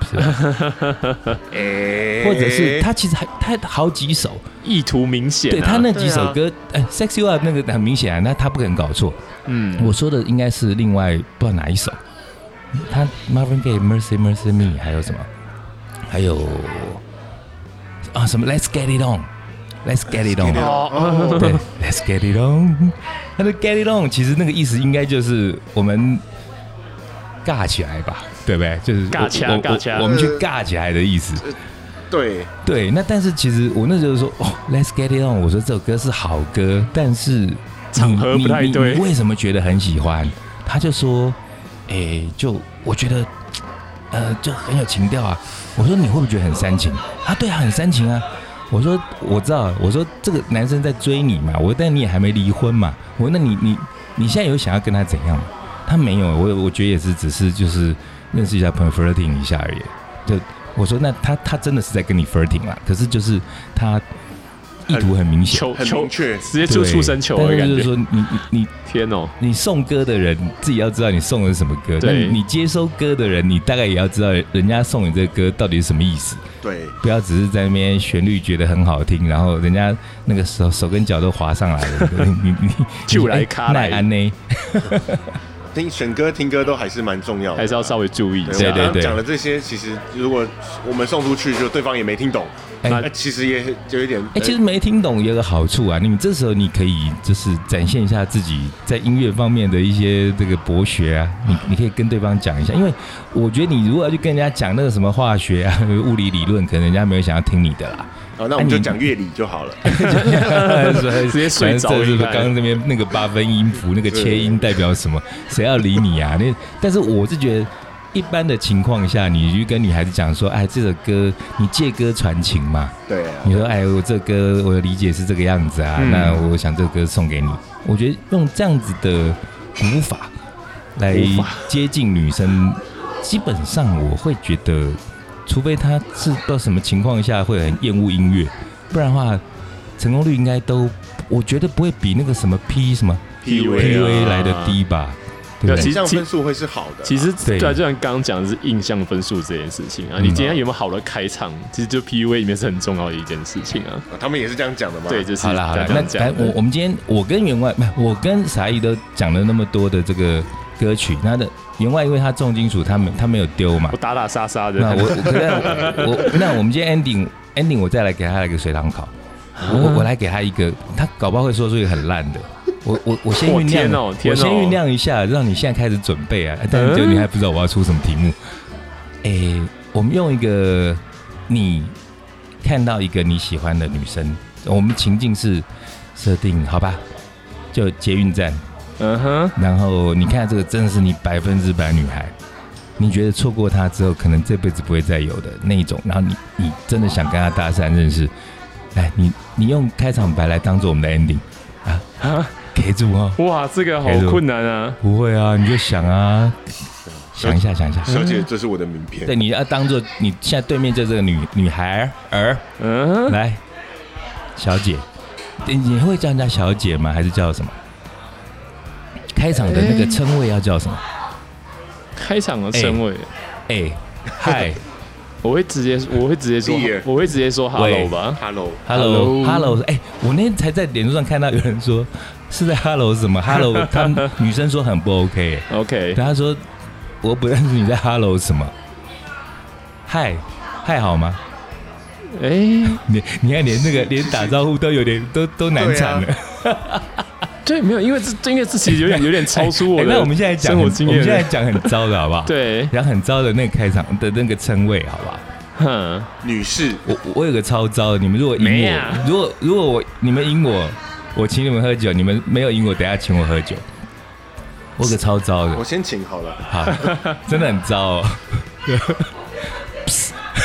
Speaker 3: 或者是他其实还他好几首
Speaker 2: 意图明显、啊，
Speaker 3: 对他那几首歌，哎、啊欸、，sex you up 那个很明显啊，那他不可能搞错。嗯，我说的应该是另外不知道哪一首，他 Marvin Gaye Mercy Mercy Me 还有什么，还有啊什么 Let's Get It On。Let's get it on， oh, 对 ，Let's get it on， 他的 get it on， 其实那个意思应该就是我们尬起来吧，对不对？就是
Speaker 2: 尬起来，尬起来，
Speaker 3: 我们去尬起来的意思。
Speaker 1: 对
Speaker 3: 对，那但是其实我那时候说，哦 ，Let's get it on， 我说这首歌是好歌，但是
Speaker 2: 场合不太对，
Speaker 3: 你为什么觉得很喜欢？他就说，哎、欸，就我觉得，呃，就很有情调啊。我说你会不会觉得很煽情？啊，对啊，很煽情啊。我说我知道，我说这个男生在追你嘛，我说但你也还没离婚嘛，我说那你你你现在有想要跟他怎样吗？他没有，我我觉得也是只是就是认识一下朋友 flirting 一下而已。就我说那他他真的是在跟你 flirting 啦，可是就是他意图很明显，
Speaker 1: 很明确，
Speaker 2: 直接就出生球的感觉。
Speaker 3: 但是就是说你你你
Speaker 2: 天哦，
Speaker 3: 你送歌的人自己要知道你送的是什么歌，那你你接收歌的人，你大概也要知道人家送你这个歌到底是什么意思。
Speaker 1: 对，
Speaker 3: 不要只是在那边旋律觉得很好听，然后人家那个手手跟脚都滑上来了，你你你
Speaker 2: 就来卡来
Speaker 3: 安呢。
Speaker 1: 听选歌听歌都还是蛮重要的，
Speaker 2: 还是要稍微注意一下。
Speaker 3: 对对对，
Speaker 1: 讲的这些其实如果我们送出去，就对方也没听懂，那、欸、其实也就有点。哎、
Speaker 3: 欸，其实没听懂也有个好处啊，你们这时候你可以就是展现一下自己在音乐方面的一些这个博学啊，你你可以跟对方讲一下，因为我觉得你如果要去跟人家讲那个什么化学啊、物理理论，可能人家没有想要听你的啦。
Speaker 1: 好，那我们就讲乐理就好了，
Speaker 2: 直接睡着。
Speaker 3: 这是刚刚这边那个八分音符，那个切音代表什么？谁要理你啊？那但是我是觉得，一般的情况下，你就跟女孩子讲说，哎，这首歌你借歌传情嘛。
Speaker 1: 对啊。
Speaker 3: 你说，哎，我这歌我的理解是这个样子啊，嗯、那我想这个歌送给你。我觉得用这样子的古法来接近女生，基本上我会觉得。除非他是到什么情况下会很厌恶音乐，不然的话，成功率应该都，我觉得不会比那个什么 P 什么
Speaker 1: P U
Speaker 3: A 来的低吧？对不对？
Speaker 1: 其实分数会是好的。
Speaker 2: 其实对，就像刚刚讲的是印象分数这件事情啊，你今天有没有好的开场，其实就 P U A 里面是很重要的一件事情啊。
Speaker 1: 他们也是这样讲的吗？
Speaker 2: 对，就是
Speaker 3: 好了好了，那来我我们今天我跟员外，我跟傻姨都讲了那么多的这个歌曲，他的。员外因为他重金属，他没他没有丢嘛，
Speaker 2: 我打打杀杀的。
Speaker 3: 那我我我那我们今天 ending ending， 我再来给他来个随堂考，我我来给他一个，他搞不好会说出一个很烂的。我我我先酝酿，
Speaker 2: 哦、
Speaker 3: 我先酝酿一下，让你现在开始准备啊。但是就你还不知道我要出什么题目。哎、欸，我们用一个你看到一个你喜欢的女生，我们情境是设定好吧，就捷运站。嗯哼，然后你看这个真的是你百分之百女孩，你觉得错过她之后，可能这辈子不会再有的那一种，然后你你真的想跟她搭讪认识，来，你你用开场白来当做我们的 ending 啊啊，给住哦！
Speaker 2: 哇，这个好困难啊！
Speaker 3: 不会啊，你就想啊，想一下，想一下，
Speaker 1: 小姐，这是我的名片。
Speaker 3: 对，你要当做你现在对面就这个女女孩儿，嗯，来，小姐，你会叫人家小姐吗？还是叫什么？开场的那个称谓要叫什么？
Speaker 2: 开场的称谓，
Speaker 3: 哎，嗨，
Speaker 2: 我会直接，我会直接说，我会直接说 hello 吧
Speaker 1: ，hello，hello，hello，
Speaker 3: 哎，我那天才在脸书上看到有人说是在 hello 什么 hello， 他女生说很不 OK，OK， 他说我不认识你在 hello 什么，嗨，嗨好吗？哎，你你看连那个连打招呼都有点都都难产了。
Speaker 2: 对，没有，因为这因为这其实有点有点超出我的、欸。
Speaker 3: 那我们现在讲，我们现在讲很糟的好不好？
Speaker 2: 对，
Speaker 3: 讲很糟的那个开场的那个称谓，好不好？
Speaker 1: 哼，女士，
Speaker 3: 我我有个超糟的，你们如果赢我，啊、如果如果我你们赢我，我请你们喝酒，你们没有赢我，等一下请我喝酒。我有个超糟的，
Speaker 1: 我先请好了。
Speaker 3: 好，真的很糟哦。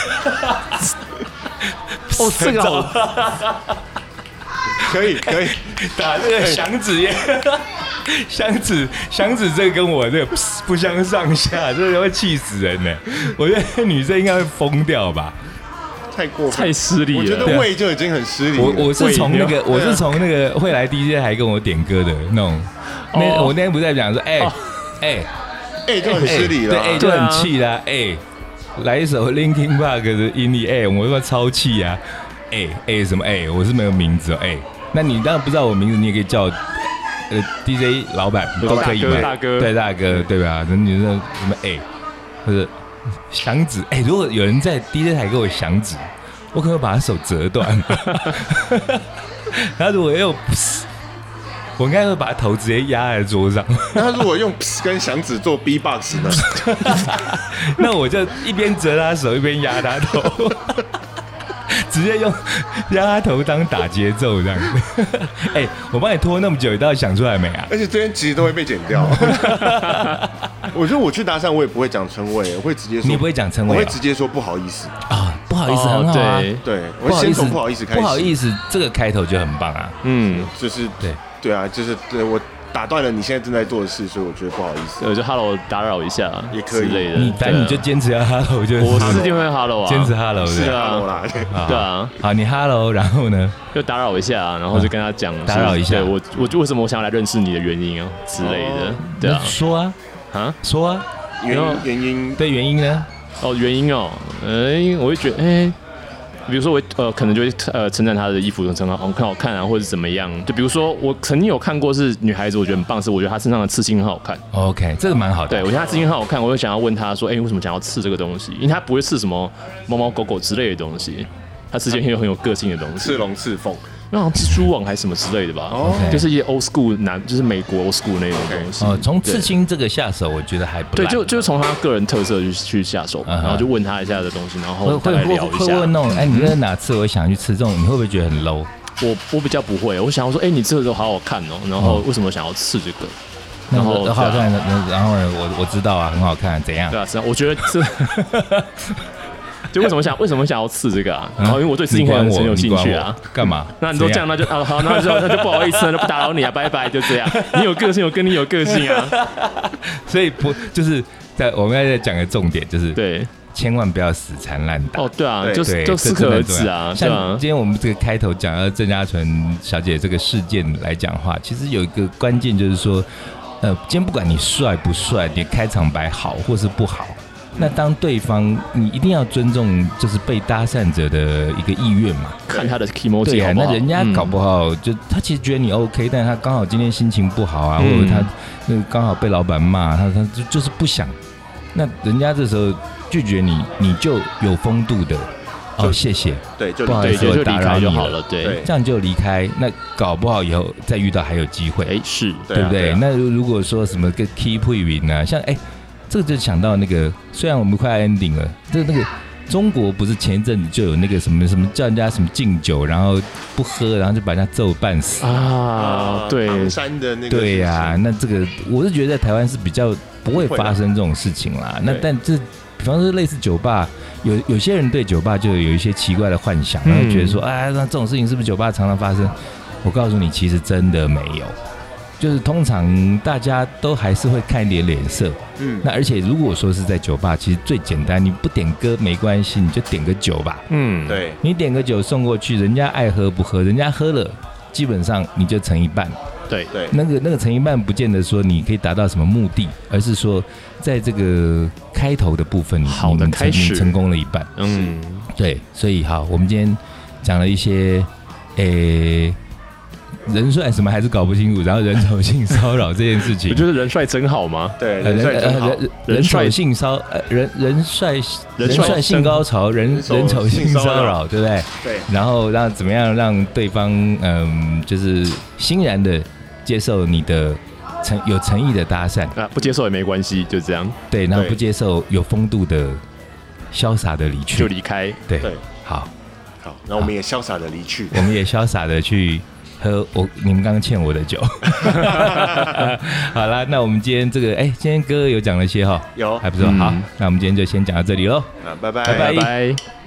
Speaker 2: 哦，这个好，
Speaker 1: 可以可以
Speaker 3: 打这个响指耶，响指响指这个跟我这个不相上下，这个会气死人呢。我觉得女生应该会疯掉吧。
Speaker 1: 太过分，
Speaker 2: 太失礼了。
Speaker 1: 我觉得胃就已经很失礼了。
Speaker 3: 我我是从那个我是从那个会来 D J 还跟我点歌的那种，那我那天不是在讲说，哎哎
Speaker 1: 哎就很失礼了，
Speaker 3: 对，哎就很气啦，哎来一首 Linkin Park 的 In the Air， 我他妈超气啊，哎哎什么哎，我是没有名字哦，哎，那你当然不知道我名字，你也可以叫呃 D J 老板都可以嘛，
Speaker 2: 大哥
Speaker 3: 对大哥对吧？那你说什么哎或者响指，哎，如果有人在 D J 台给我响指，我可能会把他手折断。他如果用，我应该会把他头直接压在桌上。
Speaker 1: 那他如果用跟响指做 B-box 呢？
Speaker 3: 那我就一边折他手，一边压他头。直接用压他头当打节奏这样子。哎、欸，我帮你拖那么久，你到底想出来没啊？
Speaker 1: 而且这边其实都会被剪掉。我觉得我去搭讪，我也不会讲称谓，我会直接说。
Speaker 3: 你不会讲称谓、
Speaker 1: 我会直接说不好意思
Speaker 3: 啊，不好意思，很好啊。
Speaker 2: 对，
Speaker 1: 对，我先从不好意思开始。
Speaker 3: 不好意思，这个开头就很棒啊。
Speaker 1: 嗯，就是
Speaker 3: 对
Speaker 1: 对啊，就是对我。打断了你现在正在做的事，所以我觉得不好意思。
Speaker 2: 我就 hello 打扰一下
Speaker 1: 也可以
Speaker 2: 之类的。
Speaker 3: 你反正你就坚持要 hello 就是。
Speaker 2: 我是一定会 hello 啊，
Speaker 3: 坚持 hello
Speaker 2: 是
Speaker 1: 啊，
Speaker 2: 对啊。
Speaker 3: 好，你 hello， 然后呢？
Speaker 2: 就打扰一下，然后就跟他讲
Speaker 3: 打扰一下，
Speaker 2: 对我我为什么我想要来认识你的原因啊之类的。对啊，
Speaker 3: 说啊
Speaker 2: 啊
Speaker 3: 说啊，
Speaker 1: 原因原因
Speaker 3: 对原因呢？
Speaker 2: 哦原因哦，哎，我会觉得哎。比如说我呃可能就会呃称赞她的衣服很好，很好看啊，或者是怎么样。就比如说我曾经有看过是女孩子，我觉得很棒，是我觉得她身上的刺青很好看。
Speaker 3: OK， 这个蛮好的。
Speaker 2: 对，我觉得她刺青很好看，我会想要问她说，哎、欸，为什么想要刺这个东西？因为她不会刺什么猫猫狗狗之类的东西，她刺件很有很有个性的东西，
Speaker 1: 刺龙刺凤。
Speaker 2: 那好像蜘蛛网还是什么之类的吧，
Speaker 1: okay.
Speaker 2: 就是一些 old school 男，就是美国 old school 那种东西。
Speaker 3: 哦，从刺青这个下手，我觉得还不
Speaker 2: 对，就就是从他个人特色去去下手，然后就问他一下的东西，然后大概聊一下。
Speaker 3: 会问那种，哎，你在哪刺？我想去吃这种，你会不会觉得很 low？
Speaker 2: 我我比较不会，我想要说，哎，你这个都好好看哦，然后为什么想要刺这个？
Speaker 3: 然后好好看，然后我我知道啊，很好看，怎样？
Speaker 2: 对啊，是啊，我觉得这。就为什么想为什么想要刺这个啊？然后因为我对刺青很很有兴趣啊。
Speaker 3: 干嘛？
Speaker 2: 那你都这样，那就啊好，那就那就不好意思，那就不打扰你啊，拜拜，就这样。你有个性，我跟你有个性啊。
Speaker 3: 所以不就是在我们要再讲个重点，就是
Speaker 2: 对，
Speaker 3: 千万不要死缠烂打。
Speaker 2: 哦，对啊，就是就适可而止啊。
Speaker 3: 像今天我们这个开头讲到郑家纯小姐这个事件来讲话，其实有一个关键就是说，呃，今天不管你帅不帅，你开场白好或是不好。那当对方，你一定要尊重，就是被搭讪者的一个意愿嘛，
Speaker 2: 看他的 emoji
Speaker 3: 对啊，那人家搞不好、嗯、就他其实觉得你 OK， 但是他刚好今天心情不好啊，嗯、或者他刚好被老板骂，他他就就是不想。那人家这时候拒绝你，你就有风度的哦，谢谢，
Speaker 1: 对，就
Speaker 3: 不好意思，我打扰你
Speaker 2: 了，对，
Speaker 3: 这样就离开。那搞不好以后再遇到还有机会，
Speaker 2: 哎，是
Speaker 3: 对不对？那如果说什么个 key 配云呢，像哎。这个就想到那个，虽然我们快 ending 了，这那个中国不是前一阵子就有那个什么什么叫人家什么敬酒，然后不喝，然后就把人家揍半死
Speaker 2: 啊？对，
Speaker 1: 唐山的那个。
Speaker 3: 对呀、啊，那这个我是觉得在台湾是比较不会发生这种事情啦。那但这比方说类似酒吧，有有些人对酒吧就有一些奇怪的幻想，然后觉得说，哎、嗯，那这种事情是不是酒吧常常发生？我告诉你，其实真的没有。就是通常大家都还是会看一点脸色，嗯，那而且如果说是在酒吧，其实最简单，你不点歌没关系，你就点个酒吧，
Speaker 2: 嗯，
Speaker 1: 对，
Speaker 3: 你点个酒送过去，人家爱喝不喝，人家喝了，基本上你就成一半，
Speaker 2: 对
Speaker 1: 对，
Speaker 3: 那个那个成一半不见得说你可以达到什么目的，而是说在这个开头的部分，
Speaker 2: 好的开始
Speaker 3: 你成功了一半，
Speaker 2: 嗯，
Speaker 3: 对，所以好，我们今天讲了一些，诶。人帅什么还是搞不清楚，然后人丑性骚扰这件事情，
Speaker 2: 我觉得人帅真好吗？
Speaker 1: 对，人帅真好。
Speaker 3: 人人丑性骚呃人人帅人帅性高潮，人人丑性骚扰，对不对？
Speaker 1: 对。
Speaker 3: 然后让怎么样让对方嗯，就是欣然的接受你的诚有诚意的搭讪
Speaker 2: 啊，不接受也没关系，就这样。
Speaker 3: 对，然后不接受有风度的潇洒的离去，
Speaker 2: 就离开。
Speaker 3: 对
Speaker 1: 对，
Speaker 3: 好，
Speaker 1: 好，那我们也潇洒的离去，
Speaker 3: 我们也潇洒的去。喝我你们刚刚欠我的酒，好啦，那我们今天这个哎、欸，今天哥有讲了些哈，
Speaker 1: 有
Speaker 3: 还不错、嗯，好，那我们今天就先讲到这里喽，
Speaker 1: 啊，拜拜，
Speaker 2: 拜拜。